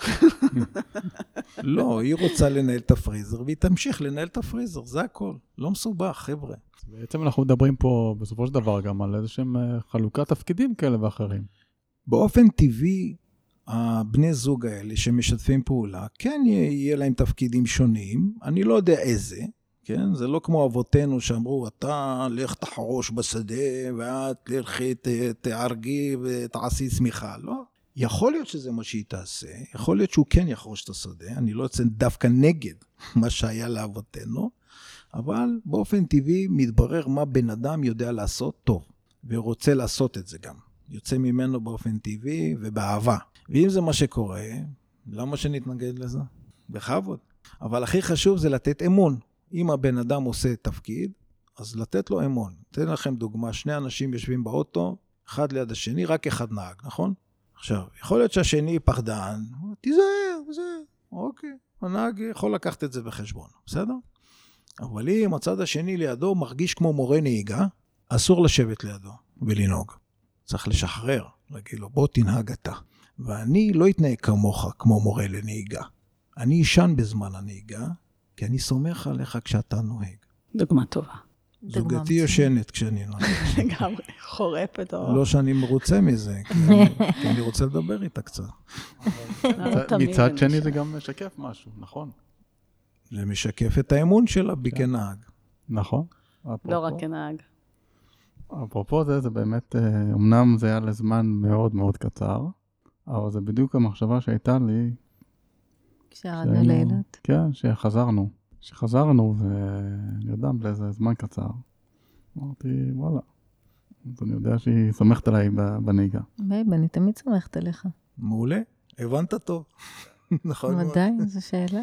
לא, היא רוצה לנהל את הפריזר, והיא תמשיך לנהל את הפריזר, זה הכל. לא מסובך, חבר'ה. בעצם אנחנו מדברים פה בסופו של דבר גם על איזשהם חלוקת תפקידים כאלה ואחרים. באופן טבעי, הבני זוג האלה שמשתפים פעולה, כן יהיה להם תפקידים שונים, אני לא יודע איזה, כן? זה לא כמו אבותינו שאמרו, אתה לך תחרוש בשדה, ואת ללכי תערגי ותעשי צמיחה, לא? יכול להיות שזה מה שהיא תעשה, יכול להיות שהוא כן יחרוש את השדה, אני לא יוצא דווקא נגד מה שהיה לאבותינו, אבל באופן טבעי מתברר מה בן אדם יודע לעשות טוב, ורוצה לעשות את זה גם. יוצא ממנו באופן טבעי ובאהבה. ואם זה מה שקורה, למה שנתנגד לזה? בכבוד. אבל הכי חשוב זה לתת אמון. אם הבן אדם עושה תפקיד, אז לתת לו אמון. אתן לכם דוגמה, שני אנשים יושבים באוטו, אחד ליד השני, רק אחד נהג, נכון? עכשיו, יכול להיות שהשני פחדן, תיזהר, תיזהר, אוקיי, הנהג יכול לקחת את זה בחשבון, בסדר? אבל אם הצד השני לידו מרגיש כמו מורה נהיגה, אסור לשבת לידו ולנהוג. צריך לשחרר, להגיד לו, בוא תנהג אתה. ואני לא אתנהג כמוך, כמו מורה לנהיגה. אני ישן בזמן הנהיגה, כי אני סומך עליך כשאתה נוהג. דוגמה טובה. זוגתי יושנת כשאני נוהג. גם חורפת או... לא שאני מרוצה מזה, כי אני, כי אני רוצה לדבר איתה קצת. מצד שני זה גם משקף משהו, נכון? זה משקף את האמון שלה בי כנהג. נכון. לא רק כנהג. אפרופו זה, זה באמת, אמנם זה היה לזמן מאוד מאוד קצר, אבל זה בדיוק המחשבה שהייתה לי. כשענו לאילת. כן, שחזרנו. שחזרנו, ואני יודע, לאיזה זמן קצר. אמרתי, וואלה. אז אני יודע שהיא סומכת עליי בנהיגה. בייב, אני תמיד סומכת עליך. מעולה, הבנת טוב. נכון מאוד. ודאי, זו שאלה.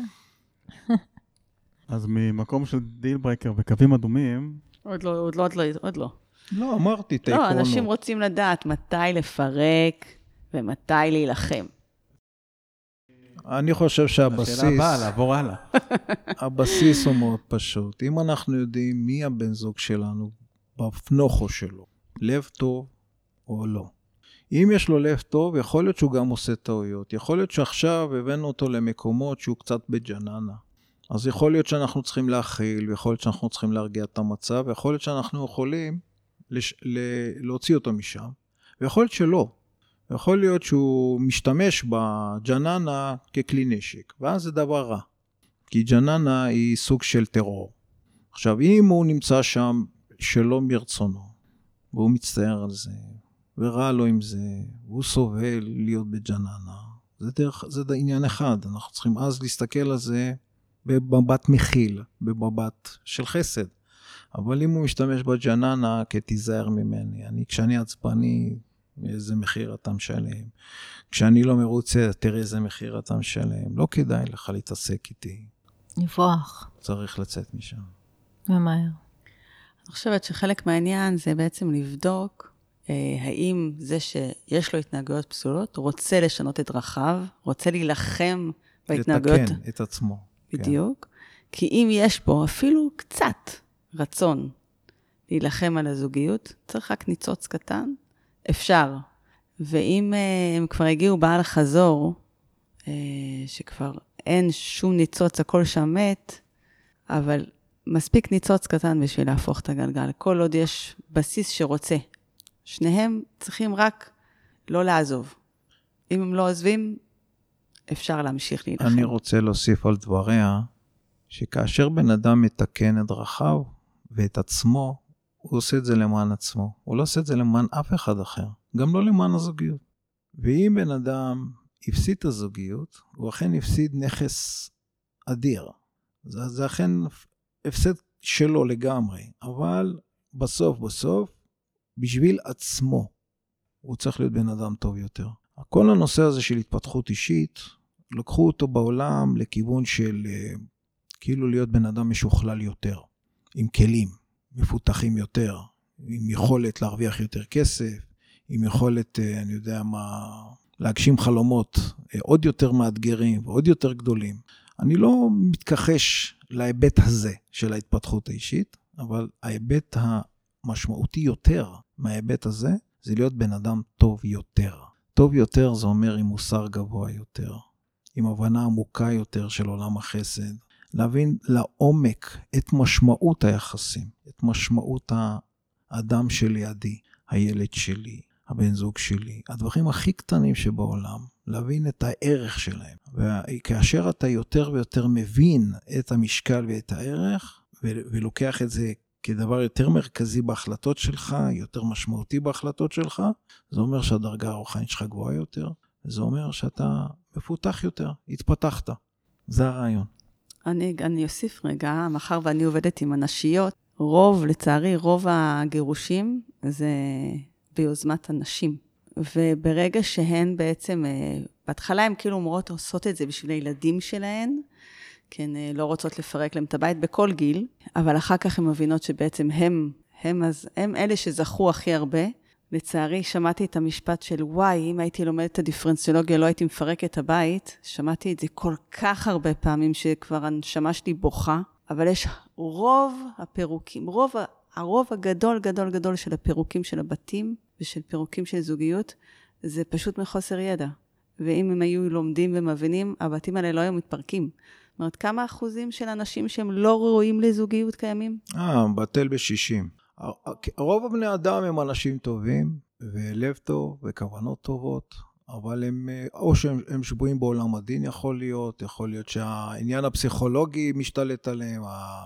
אז ממקום של דיל ברקר וקווים אדומים... עוד לא, עוד לא, עוד לא, עוד לא. לא, אמרתי, תעקרונות. לא, אנשים רוצים לדעת מתי לפרק ומתי להילחם. אני חושב שהבסיס... השאלה הבאה, לעבור הלאה. הבסיס הוא מאוד פשוט. אם אנחנו יודעים מי הבן זוג שלנו, בפנוכו שלו, לב טוב או לא. אם יש לו לב טוב, יכול להיות שהוא גם עושה טעויות. יכול להיות שעכשיו הבאנו אותו למקומות שהוא קצת בג'ננה. אז יכול להיות שאנחנו צריכים להכיל, ויכול להיות שאנחנו צריכים להרגיע את המצב, ויכול להיות שאנחנו יכולים לש... ל... להוציא אותו משם, ויכול להיות שלא. יכול להיות שהוא משתמש בג'ננה ככלי נשק, ואז זה דבר רע. כי ג'ננה היא סוג של טרור. עכשיו, אם הוא נמצא שם שלא מרצונו, והוא מצטער על זה, ורע לו עם זה, והוא סובל להיות בג'ננה, זה, דרך, זה עניין אחד. אנחנו צריכים אז להסתכל על זה בבבת מכיל, בבבת של חסד. אבל אם הוא משתמש בג'ננה, כתיזהר ממני. אני, כשאני עצבני, איזה מחיר אתה משלם. כשאני לא מרוצה, תראה איזה מחיר אתה משלם. לא כדאי לך להתעסק איתי. נברח. צריך לצאת משם. ומהר. אני חושבת שחלק מהעניין זה בעצם לבדוק אה, האם זה שיש לו התנהגויות פסולות, רוצה לשנות את דרכיו, רוצה להילחם בהתנהגויות. לתקן את עצמו. בדיוק. כן. כי אם יש פה אפילו קצת רצון להילחם על הזוגיות, צריך רק ניצוץ קטן, אפשר. ואם uh, הם כבר הגיעו בעל חזור, uh, שכבר אין שום ניצוץ, הכל שם מת, אבל מספיק ניצוץ קטן בשביל להפוך את הגלגל. כל עוד יש בסיס שרוצה שניהם צריכים רק לא לעזוב. אם הם לא עוזבים, אפשר להמשיך להילחם. אני רוצה להוסיף על דבריה, שכאשר בן אדם מתקן את דרכיו ואת עצמו, הוא עושה את זה למען עצמו. הוא לא עושה את זה למען אף אחד אחר. גם לא למען הזוגיות. ואם בן אדם הפסיד את הזוגיות, הוא אכן הפסיד נכס אדיר. זה, זה אכן הפסד שלו לגמרי. אבל בסוף, בסוף, בשביל עצמו, הוא צריך להיות בן אדם טוב יותר. כל הנושא הזה של התפתחות אישית, לקחו אותו בעולם לכיוון של כאילו להיות בן אדם משוכלל יותר, עם כלים מפותחים יותר, עם יכולת להרוויח יותר כסף, עם יכולת, אני יודע מה, להגשים חלומות עוד יותר מאתגרים ועוד יותר גדולים. אני לא מתכחש להיבט הזה של ההתפתחות האישית, אבל ההיבט המשמעותי יותר מההיבט הזה, זה להיות בן אדם טוב יותר. טוב יותר זה אומר עם מוסר גבוה יותר, עם הבנה עמוקה יותר של עולם החסד, להבין לעומק את משמעות היחסים, את משמעות האדם שלידי, הילד שלי, הבן זוג שלי, הדברים הכי קטנים שבעולם, להבין את הערך שלהם. וכאשר אתה יותר ויותר מבין את המשקל ואת הערך, ולוקח את זה כדבר יותר מרכזי בהחלטות שלך, יותר משמעותי בהחלטות שלך, זה אומר שהדרגה הרוחנית שלך גבוהה יותר, זה אומר שאתה מפותח יותר, התפתחת. זה הרעיון. אני, אני אוסיף רגע, מאחר ואני עובדת עם אנשיות, רוב, לצערי, רוב הגירושים זה ביוזמת הנשים. וברגע שהן בעצם, בהתחלה הן כאילו אומרות, עושות את זה בשביל הילדים שלהן, כן, לא רוצות לפרק להם את הבית בכל גיל, אבל אחר כך הן מבינות שבעצם הם, הם, אז, הם אלה שזכו הכי הרבה. לצערי, שמעתי את המשפט של, וואי, אם הייתי לומדת את הדיפרנציולוגיה, לא הייתי מפרק את הבית. שמעתי את זה כל כך הרבה פעמים שכבר הנשמה שלי בוכה, אבל יש רוב הפירוקים, רוב, הרוב הגדול, גדול, גדול של הפירוקים של הבתים ושל פירוקים של זוגיות, זה פשוט מחוסר ידע. ואם הם היו לומדים ומבינים, הבתים האלה לא היו מתפרקים. זאת אומרת, כמה אחוזים של אנשים שהם לא ראויים לזוגיות קיימים? אה, בטל ב-שישים. רוב הבני אדם הם אנשים טובים, ולב טוב, וכוונות טובות, אבל הם, או שהם הם שבועים בעולם הדין יכול להיות, יכול להיות שהעניין הפסיכולוגי משתלט עליהם,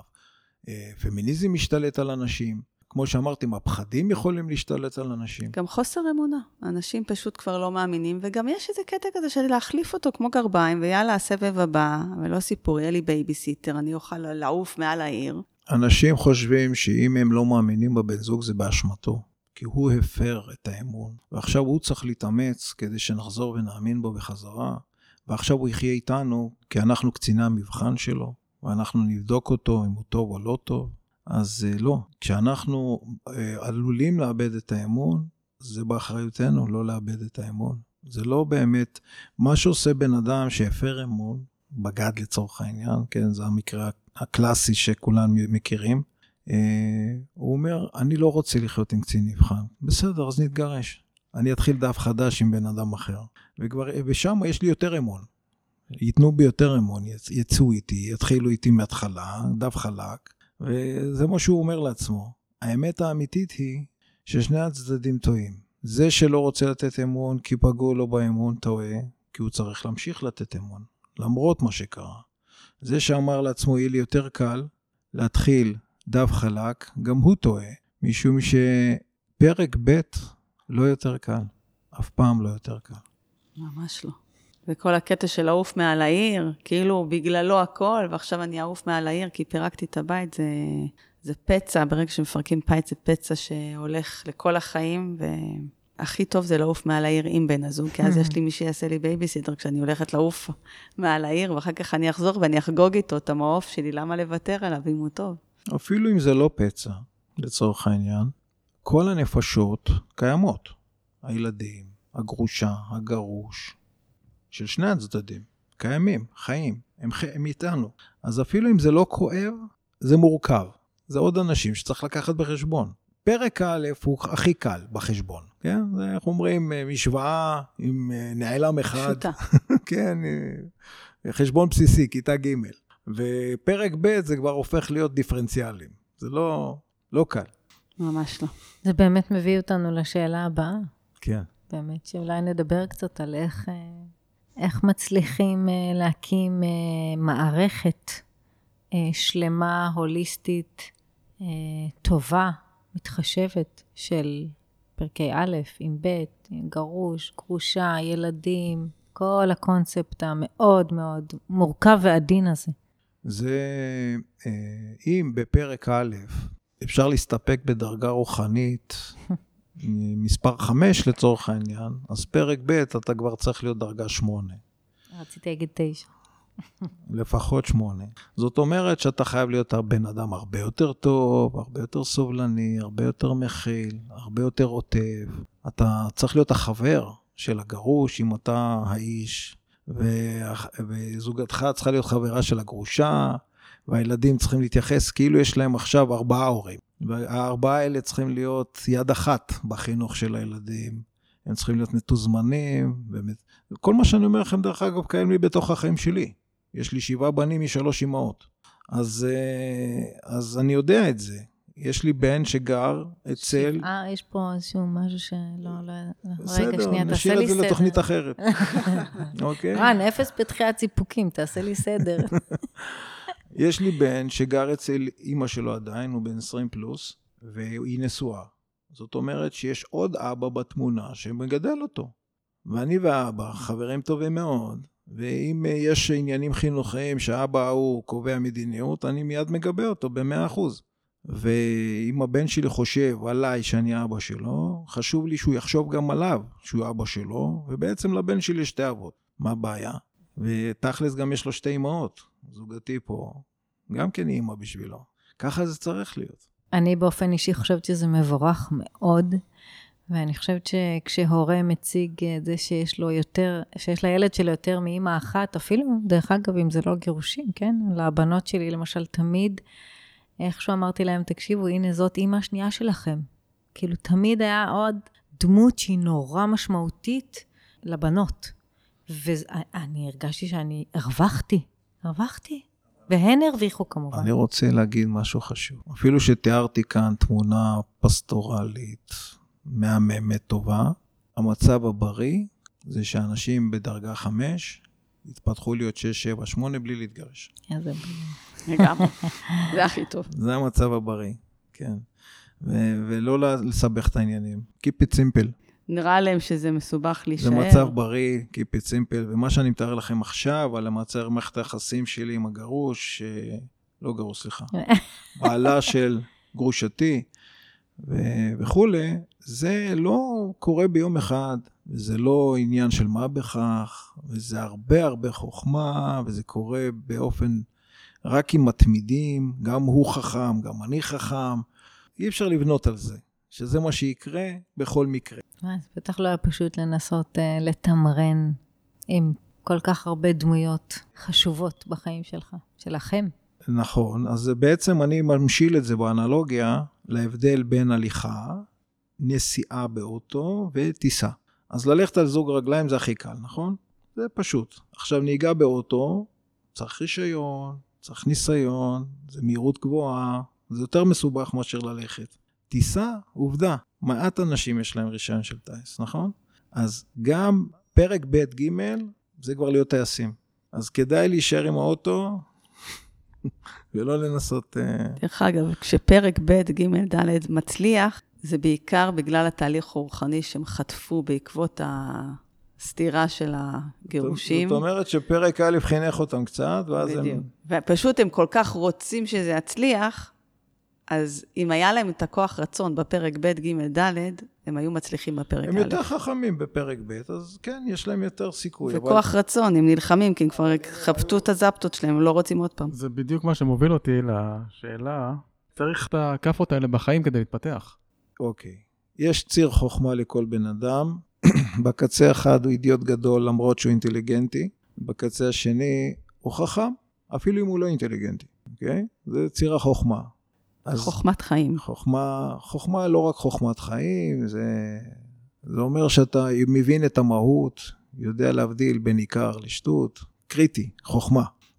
הפמיניזם משתלט על אנשים, כמו שאמרתי, הפחדים יכולים להשתלט על אנשים. גם חוסר אמונה, אנשים פשוט כבר לא מאמינים, וגם יש איזה קטע כזה של להחליף אותו כמו גרביים, ויאללה, הסבב הבא, ולא סיפור, יהיה לי בייביסיטר, אני אוכל לעוף מעל העיר. אנשים חושבים שאם הם לא מאמינים בבן זוג זה באשמתו, כי הוא הפר את האמון, ועכשיו הוא צריך להתאמץ כדי שנחזור ונאמין בו בחזרה, ועכשיו הוא יחיה איתנו, כי אנחנו קציני המבחן שלו, ואנחנו נבדוק אותו אם הוא טוב או לא טוב. אז לא, כשאנחנו עלולים לאבד את האמון, זה באחריותנו לא לאבד את האמון. זה לא באמת, מה שעושה בן אדם שהפר אמון, בגד לצורך העניין, כן, זה המקרה הקלאסי שכולנו מכירים, הוא אומר, אני לא רוצה לחיות עם קצין מבחן. בסדר, אז נתגרש. אני אתחיל דף חדש עם בן אדם אחר. וכבר, ושם יש לי יותר אמון. ייתנו בי יותר אמון, יצאו איתי, יתחילו איתי מההתחלה, דף חלק, וזה מה שהוא אומר לעצמו. האמת האמיתית היא ששני הצדדים טועים. זה שלא רוצה לתת אמון כי פגעו לו באמון טועה, כי הוא צריך להמשיך לתת אמון, למרות מה שקרה. זה שאמר לעצמו יהיה לי יותר קל להתחיל דף חלק, גם הוא טועה, משום שפרק ב' לא יותר קל, אף פעם לא יותר קל. ממש לא. וכל הקטע של לעוף מעל העיר, כאילו בגללו הכל, ועכשיו אני אעוף מעל העיר כי פירקתי את הבית, זה, זה פצע, ברגע שמפרקים בית זה פצע שהולך לכל החיים, והכי טוב זה לעוף מעל העיר עם בן הזוג, כי אז יש לי מי שיעשה לי בייביסיטר כשאני הולכת לעוף מעל העיר, ואחר כך אני אחזור ואני אחגוג איתו את המעוף שלי, למה לוותר עליו אם הוא טוב? אפילו אם זה לא פצע, לצורך העניין, כל הנפשות קיימות, הילדים, הגרושה, הגרוש, של שני הצדדים, קיימים, חיים, הם, הם איתנו. אז אפילו אם זה לא כואב, זה מורכב. זה עוד אנשים שצריך לקחת בחשבון. פרק א' הוא הכי קל בחשבון. כן? זה, איך אומרים, משוואה עם נעלם אחד. פשוטה. כן, חשבון בסיסי, כיתה ג'. ופרק ב' זה כבר הופך להיות דיפרנציאלים. זה לא, לא קל. ממש לא. זה באמת מביא אותנו לשאלה הבאה. כן. באמת, שאולי נדבר קצת על איך, איך מצליחים להקים מערכת שלמה, הוליסטית, טובה, מתחשבת של פרקי א', עם ב', עם גרוש, גרושה, ילדים, כל הקונספט המאוד מאוד מורכב ועדין הזה. זה, אם בפרק א', אפשר להסתפק בדרגה רוחנית, מספר חמש לצורך העניין, אז פרק ב' אתה כבר צריך להיות דרגה שמונה. רציתי להגיד תשע. לפחות שמונה. זאת אומרת שאתה חייב להיות בן אדם הרבה יותר טוב, הרבה יותר סובלני, הרבה יותר מכיל, הרבה יותר עוטב. אתה צריך להיות החבר של הגרוש, אם אתה האיש, וזוגתך צריכה להיות חברה של הגרושה, והילדים צריכים להתייחס כאילו יש להם עכשיו ארבעה הורים. והארבעה האלה צריכים להיות יד אחת בחינוך של הילדים. הם צריכים להיות מתוזמנים. באמת. כל מה שאני אומר לכם דרך אגב קיים לי בתוך החיים שלי. יש לי שבעה בנים משלוש אמהות. אז, אז אני יודע את זה. יש לי בן שגר אצל... אה, יש פה איזשהו משהו שלא... לא... בסדר, רגע, שנייה, תעשה לי סדר. נשאיר את זה לתוכנית אחרת. אוקיי? רן, אפס בתחיית סיפוקים, תעשה לי סדר. יש לי בן שגר אצל אמא שלו עדיין, הוא בן עשרים פלוס, והיא נשואה. זאת אומרת שיש עוד אבא בתמונה שמגדל אותו. ואני ואבא חברים טובים מאוד, ואם יש עניינים חינוכיים שהאבא הוא קובע מדיניות, אני מיד מגבה אותו ב-מאה אחוז. ואם הבן שלי חושב עליי שאני אבא שלו, חשוב לי שהוא יחשוב גם עליו שהוא אבא שלו, ובעצם לבן שלי שתי אבות. מה הבעיה? ותכלס גם יש לו שתי אמהות. זוגתי פה, גם כן אימא בשבילו. ככה זה צריך להיות. אני באופן אישי חושבת שזה מבורך מאוד, ואני חושבת שכשהורה מציג את זה שיש לו יותר, שיש לילד שלו יותר מאמא אחת, אפילו דרך אגב אם זה לא גירושים, כן? לבנות שלי למשל תמיד, איכשהו אמרתי להם, תקשיבו, הנה זאת אמא השנייה שלכם. כאילו תמיד היה עוד דמות שהיא נורא משמעותית לבנות. ואני הרגשתי שאני הרווחתי, הרווחתי. והן הרוויחו כמובן. אני רוצה להגיד משהו חשוב. אפילו שתיארתי כאן תמונה פסטורלית, מהממת טובה, המצב הבריא זה שאנשים בדרגה חמש התפתחו להיות שש, שבע, שמונה בלי להתגרש. איזה בלי. גם, זה הכי טוב. זה המצב הבריא, כן. ו- ולא לסבך את העניינים. Keep it simple. נראה להם שזה מסובך להישאר. זה מצב בריא, keep it simple, ומה שאני מתאר לכם עכשיו, על המצב מערכת היחסים שלי עם הגרוש, לא גרוש, סליחה, בעלה של גרושתי, ו- וכולי, זה לא קורה ביום אחד, וזה לא עניין של מה בכך, וזה הרבה הרבה חוכמה, וזה קורה באופן, רק עם מתמידים, גם הוא חכם, גם אני חכם, אי אפשר לבנות על זה. שזה מה שיקרה בכל מקרה. אז בטח לא היה פשוט לנסות uh, לתמרן עם כל כך הרבה דמויות חשובות בחיים שלך, שלכם. נכון, אז בעצם אני ממשיל את זה באנלוגיה להבדל בין הליכה, נסיעה באוטו וטיסה. אז ללכת על זוג רגליים זה הכי קל, נכון? זה פשוט. עכשיו נהיגה באוטו, צריך רישיון, צריך ניסיון, זה מהירות גבוהה, זה יותר מסובך מאשר ללכת. טיסה, עובדה, מעט אנשים יש להם רישיון של טייס, נכון? אז גם פרק ב' ג' זה כבר להיות טייסים. אז כדאי להישאר עם האוטו ולא לנסות... דרך אגב, כשפרק ב' ג' ד' מצליח, זה בעיקר בגלל התהליך הרוחני שהם חטפו בעקבות הסתירה של הגירושים. זאת אומרת שפרק א' חינך אותם קצת, ואז בדיוק. הם... ופשוט הם כל כך רוצים שזה יצליח, אז אם היה להם את הכוח רצון בפרק ב' ג' ד', הם היו מצליחים בפרק א'. הם יותר חכמים בפרק ב', אז כן, יש להם יותר סיכוי. וכוח אבל... רצון, הם נלחמים, כי הם כבר חפטו את הזפטות שלהם, הם לא רוצים עוד פעם. זה בדיוק מה שמוביל אותי לשאלה, צריך את הכפות האלה בחיים כדי להתפתח. אוקיי. יש ציר חוכמה לכל בן אדם, בקצה אחד הוא אידיוט גדול, למרות שהוא אינטליגנטי, בקצה השני הוא חכם, אפילו אם הוא לא אינטליגנטי, אוקיי? זה ציר החוכמה. אז חוכמת חיים. חוכמה, חוכמה לא רק חוכמת חיים, זה, זה אומר שאתה מבין את המהות, יודע להבדיל בין עיקר לשטות, קריטי, חוכמה.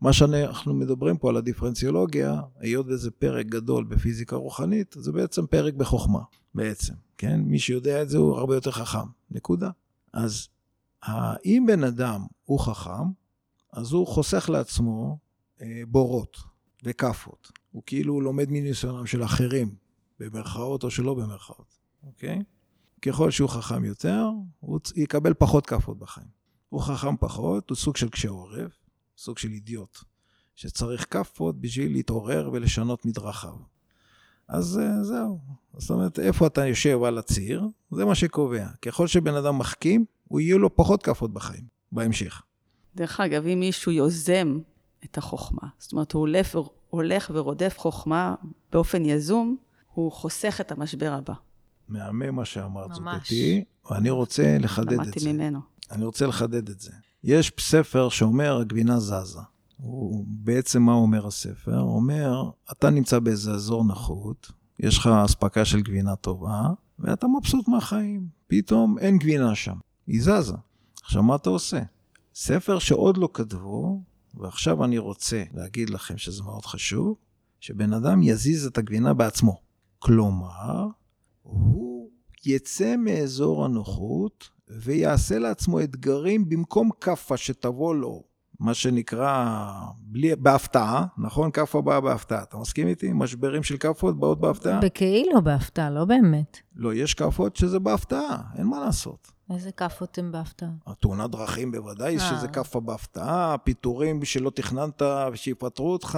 מה שאנחנו מדברים פה על הדיפרנציולוגיה, היות וזה פרק גדול בפיזיקה רוחנית, זה בעצם פרק בחוכמה, בעצם, כן? מי שיודע את זה הוא הרבה יותר חכם, נקודה. אז אם בן אדם הוא חכם, אז הוא חוסך לעצמו אה, בורות וקפות. הוא כאילו לומד מניסיונם של אחרים, במרכאות או שלא במרכאות, אוקיי? ככל שהוא חכם יותר, הוא יקבל פחות כפות בחיים. הוא חכם פחות, הוא סוג של קשה עורף, סוג של אידיוט, שצריך כפות בשביל להתעורר ולשנות מדרכיו. אז זהו. זאת אומרת, איפה אתה יושב על הציר, זה מה שקובע. ככל שבן אדם מחכים, הוא יהיו לו פחות כפות בחיים, בהמשך. דרך אגב, אם מישהו יוזם את החוכמה, זאת אומרת, הוא הולך, הולך ורודף חוכמה באופן יזום, הוא חוסך את המשבר הבא. מהמם מה שאמרת זוגתי, ואני רוצה לחדד את זה. למדתי ממנו. אני רוצה לחדד את זה. יש ספר שאומר, הגבינה זזה. הוא, בעצם מה אומר הספר? הוא אומר, אתה נמצא באיזה אזור נחות, יש לך הספקה של גבינה טובה, ואתה מבסוט מהחיים. פתאום אין גבינה שם. היא זזה. עכשיו מה אתה עושה? ספר שעוד לא כתבו, ועכשיו אני רוצה להגיד לכם שזה מאוד חשוב, שבן אדם יזיז את הגבינה בעצמו. כלומר, הוא יצא מאזור הנוחות, ויעשה לעצמו אתגרים במקום קפה שתבוא לו, מה שנקרא בלי, בהפתעה, נכון? קפה באה בהפתעה. אתה מסכים איתי? משברים של קפות באות בהפתעה? בכאילו בהפתעה, לא באמת. לא, יש קפות שזה בהפתעה, אין מה לעשות. איזה קפות הם בהפתעה? תאונת דרכים בוודאי שזה קפה בהפתעה, פיתורים שלא תכננת ושיפטרו אותך,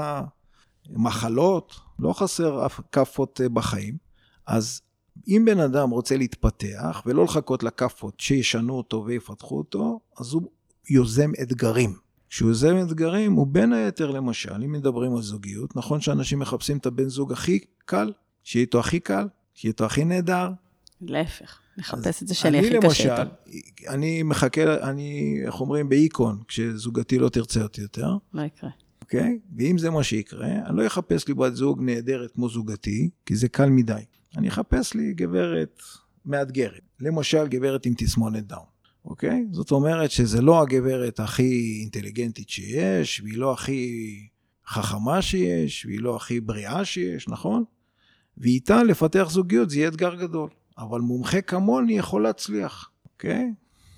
מחלות, לא חסר קפות בחיים. אז אם בן אדם רוצה להתפתח ולא לחכות לקפות שישנו אותו ויפתחו אותו, אז הוא יוזם אתגרים. כשהוא יוזם אתגרים, הוא בין היתר למשל, אם מדברים על זוגיות, נכון שאנשים מחפשים את הבן זוג הכי קל, שיהיה איתו הכי קל, שיהיה איתו הכי נהדר. להפך, לחפש את זה שאני הכי קשה איתו. אני מחכה, אני, איך אומרים, באיקון, כשזוגתי לא תרצה אותי יותר. לא יקרה. אוקיי? ואם זה מה שיקרה, אני לא אחפש לי בת זוג נהדרת כמו זוגתי, כי זה קל מדי. אני אחפש לי גברת מאתגרת. למשל, גברת עם תסמונת דאון. אוקיי? זאת אומרת שזה לא הגברת הכי אינטליגנטית שיש, והיא לא הכי חכמה שיש, והיא לא הכי בריאה שיש, נכון? ואיתה לפתח זוגיות זה יהיה אתגר גדול. אבל מומחה כמוני יכול להצליח, אוקיי?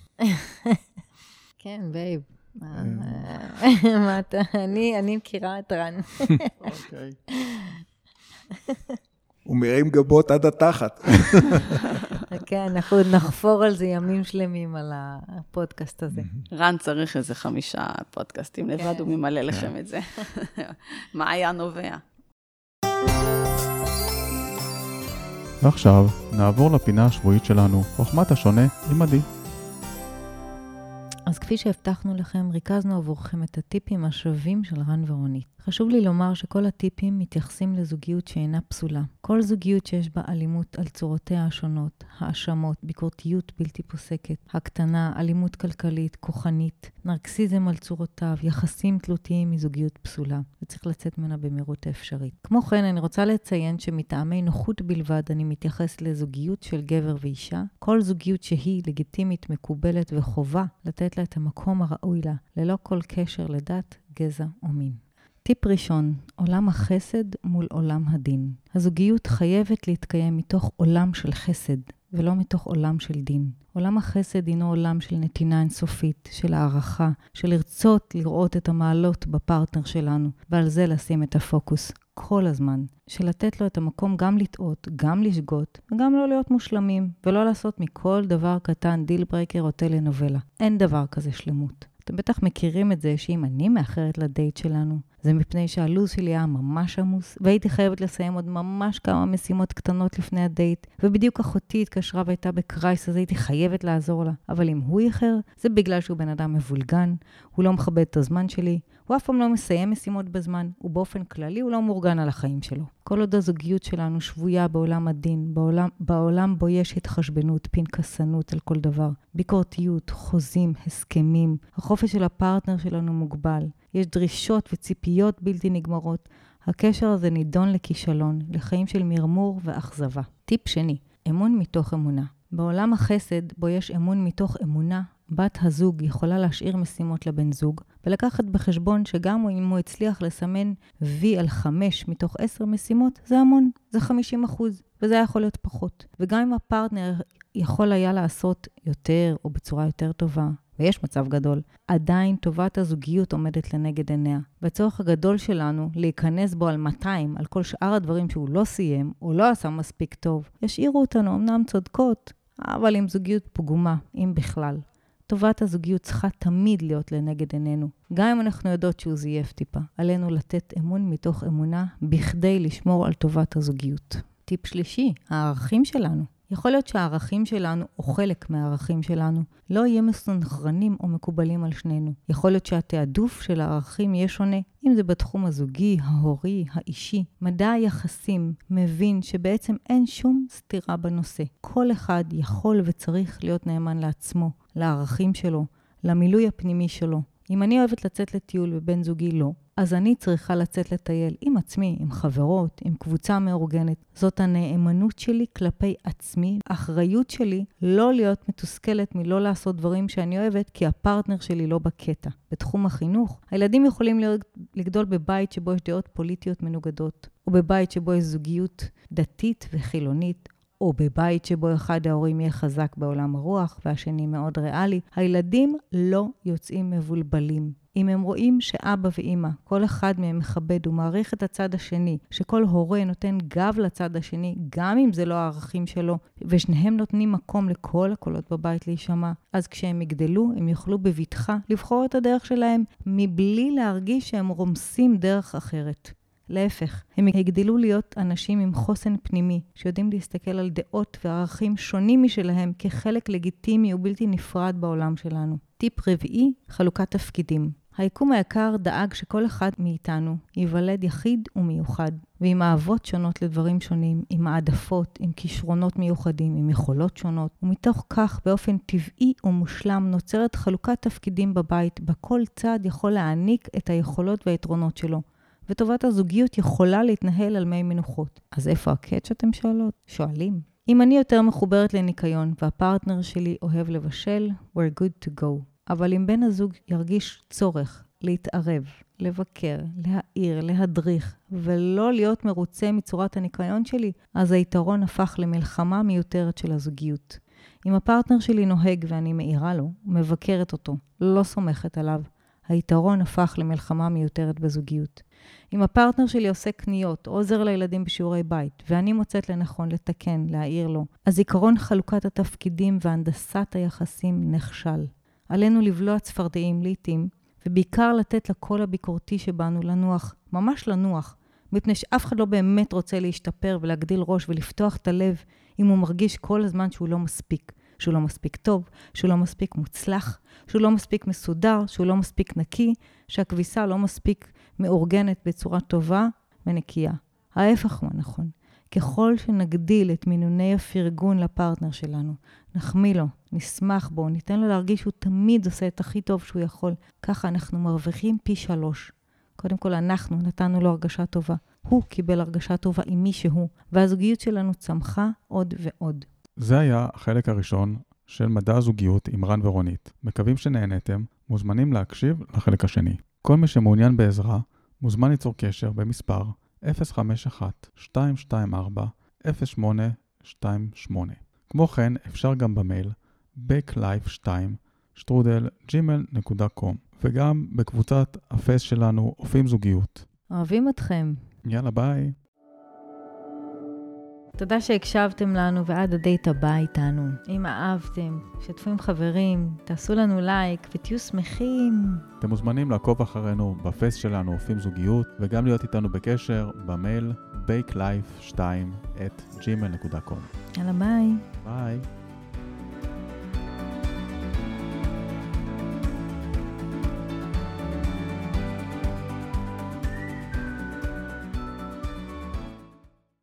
כן, בייב. מה אתה? אני מכירה את רן. אוקיי. הוא מרים גבות עד התחת. כן, אנחנו נחפור על זה ימים שלמים על הפודקאסט הזה. רן צריך איזה חמישה פודקאסטים לבד, הוא ממלא לכם את זה. מה היה נובע? ועכשיו נעבור לפינה השבועית שלנו, חוכמת השונה עם עדי. אז כפי שהבטחנו לכם, ריכזנו עבורכם את הטיפים השווים של רן ורונית. חשוב לי לומר שכל הטיפים מתייחסים לזוגיות שאינה פסולה. כל זוגיות שיש בה אלימות על צורותיה השונות, האשמות, ביקורתיות בלתי פוסקת, הקטנה, אלימות כלכלית, כוחנית, נרקסיזם על צורותיו, יחסים תלותיים מזוגיות פסולה, וצריך לצאת ממנה במהירות האפשרית. כמו כן, אני רוצה לציין שמטעמי נוחות בלבד אני מתייחס לזוגיות של גבר ואישה. כל זוגיות שהיא לגיטימית, מקובלת וחובה לתת לה את המקום הראוי לה, ללא כל קשר לדת, גזע או מין. טיפ ראשון, עולם החסד מול עולם הדין. הזוגיות חייבת להתקיים מתוך עולם של חסד, ולא מתוך עולם של דין. עולם החסד הינו עולם של נתינה אינסופית, של הערכה, של לרצות לראות את המעלות בפרטנר שלנו, ועל זה לשים את הפוקוס כל הזמן. של לתת לו את המקום גם לטעות, גם לשגות, וגם לא להיות מושלמים, ולא לעשות מכל דבר קטן דיל ברקר או טלנובלה. אין דבר כזה שלמות. אתם בטח מכירים את זה שאם אני מאחרת לדייט שלנו, זה מפני שהלוז שלי היה ממש עמוס, והייתי חייבת לסיים עוד ממש כמה משימות קטנות לפני הדייט, ובדיוק אחותי התקשרה והייתה בקרייס, אז הייתי חייבת לעזור לה. אבל אם הוא איחר, זה בגלל שהוא בן אדם מבולגן, הוא לא מכבד את הזמן שלי, הוא אף פעם לא מסיים משימות בזמן, ובאופן כללי הוא לא מורגן על החיים שלו. כל עוד הזוגיות שלנו שבויה בעולם הדין, בעולם, בעולם בו יש התחשבנות, פנקסנות על כל דבר, ביקורתיות, חוזים, הסכמים, החופש של הפרטנר שלנו מוגבל, יש דרישות וציפיות בלתי נגמרות. הקשר הזה נידון לכישלון, לחיים של מרמור ואכזבה. טיפ שני, אמון מתוך אמונה. בעולם החסד, בו יש אמון מתוך אמונה, בת הזוג יכולה להשאיר משימות לבן זוג, ולקחת בחשבון שגם אם הוא הצליח לסמן וי על חמש מתוך עשר משימות, זה המון, זה חמישים אחוז, וזה יכול להיות פחות. וגם אם הפרטנר יכול היה לעשות יותר או בצורה יותר טובה, ויש מצב גדול, עדיין טובת הזוגיות עומדת לנגד עיניה. והצורך הגדול שלנו להיכנס בו על מאתיים, על כל שאר הדברים שהוא לא סיים, או לא עשה מספיק טוב, ישאירו אותנו אמנם צודקות, אבל עם זוגיות פגומה, אם בכלל. טובת הזוגיות צריכה תמיד להיות לנגד עינינו. גם אם אנחנו יודעות שהוא זייף טיפה, עלינו לתת אמון מתוך אמונה, בכדי לשמור על טובת הזוגיות. טיפ שלישי, הערכים שלנו. יכול להיות שהערכים שלנו, או חלק מהערכים שלנו, לא יהיה מסונכרנים או מקובלים על שנינו. יכול להיות שהתעדוף של הערכים יהיה שונה, אם זה בתחום הזוגי, ההורי, האישי. מדע היחסים מבין שבעצם אין שום סתירה בנושא. כל אחד יכול וצריך להיות נאמן לעצמו, לערכים שלו, למילוי הפנימי שלו. אם אני אוהבת לצאת לטיול ובן זוגי לא, אז אני צריכה לצאת לטייל עם עצמי, עם חברות, עם קבוצה מאורגנת. זאת הנאמנות שלי כלפי עצמי, האחריות שלי לא להיות מתוסכלת מלא לעשות דברים שאני אוהבת, כי הפרטנר שלי לא בקטע. בתחום החינוך, הילדים יכולים להיות, לגדול בבית שבו יש דעות פוליטיות מנוגדות, או בבית שבו יש זוגיות דתית וחילונית, או בבית שבו אחד ההורים יהיה חזק בעולם הרוח והשני מאוד ריאלי. הילדים לא יוצאים מבולבלים. אם הם רואים שאבא ואמא, כל אחד מהם מכבד ומעריך את הצד השני, שכל הורה נותן גב לצד השני, גם אם זה לא הערכים שלו, ושניהם נותנים מקום לכל הקולות בבית להישמע, אז כשהם יגדלו, הם יוכלו בבטחה לבחור את הדרך שלהם, מבלי להרגיש שהם רומסים דרך אחרת. להפך, הם יגדלו להיות אנשים עם חוסן פנימי, שיודעים להסתכל על דעות וערכים שונים משלהם כחלק לגיטימי ובלתי נפרד בעולם שלנו. טיפ רביעי, חלוקת תפקידים. היקום היקר דאג שכל אחד מאיתנו ייוולד יחיד ומיוחד, ועם אהבות שונות לדברים שונים, עם העדפות, עם כישרונות מיוחדים, עם יכולות שונות, ומתוך כך באופן טבעי ומושלם נוצרת חלוקת תפקידים בבית, בכל צד יכול להעניק את היכולות והיתרונות שלו. וטובת הזוגיות יכולה להתנהל על מי מנוחות. אז איפה הקאץ' אתם שואלות? שואלים. אם אני יותר מחוברת לניקיון והפרטנר שלי אוהב לבשל, we're good to go. אבל אם בן הזוג ירגיש צורך להתערב, לבקר, להעיר, להדריך, ולא להיות מרוצה מצורת הניקיון שלי, אז היתרון הפך למלחמה מיותרת של הזוגיות. אם הפרטנר שלי נוהג ואני מעירה לו, מבקרת אותו, לא סומכת עליו, היתרון הפך למלחמה מיותרת בזוגיות. אם הפרטנר שלי עושה קניות, עוזר לילדים בשיעורי בית, ואני מוצאת לנכון לתקן, להעיר לו, אז עיקרון חלוקת התפקידים והנדסת היחסים נכשל. עלינו לבלוע צפרדעים לעתים, ובעיקר לתת לקול הביקורתי שבנו לנוח, ממש לנוח, מפני שאף אחד לא באמת רוצה להשתפר ולהגדיל ראש ולפתוח את הלב, אם הוא מרגיש כל הזמן שהוא לא מספיק. שהוא לא מספיק טוב, שהוא לא מספיק מוצלח, שהוא לא מספיק מסודר, שהוא לא מספיק נקי, שהכביסה לא מספיק מאורגנת בצורה טובה ונקייה. ההפך הוא נכון. ככל שנגדיל את מינוני הפרגון לפרטנר שלנו, נחמיא לו, נשמח בו, ניתן לו להרגיש שהוא תמיד עושה את הכי טוב שהוא יכול, ככה אנחנו מרוויחים פי שלוש. קודם כל אנחנו נתנו לו הרגשה טובה. הוא קיבל הרגשה טובה עם מי שהוא, והזוגיות שלנו צמחה עוד ועוד. זה היה החלק הראשון של מדע הזוגיות עם רן ורונית. מקווים שנהנתם, מוזמנים להקשיב לחלק השני. כל מי שמעוניין בעזרה, מוזמן ליצור קשר במספר אפס חמש אחת שתיים שתיים ארבע אפס שמונה שתיים שמונה. כמו כן, אפשר גם במייל בקלייף שתיים שטרודל ג'ימייל נקודה קום, וגם בקבוצת הפייס שלנו אופים זוגיות. אוהבים אתכם. יאללה, ביי. תודה שהקשבתם לנו ועד הדייט הבא איתנו. אם אהבתם, שתפו עם חברים, תעשו לנו לייק ותהיו שמחים. אתם מוזמנים לעקוב אחרינו בפייס שלנו אופים זוגיות, וגם להיות איתנו בקשר במייל בקלייף שתיים את ג'ימייל נקודה קום. יאללה, ביי. ביי.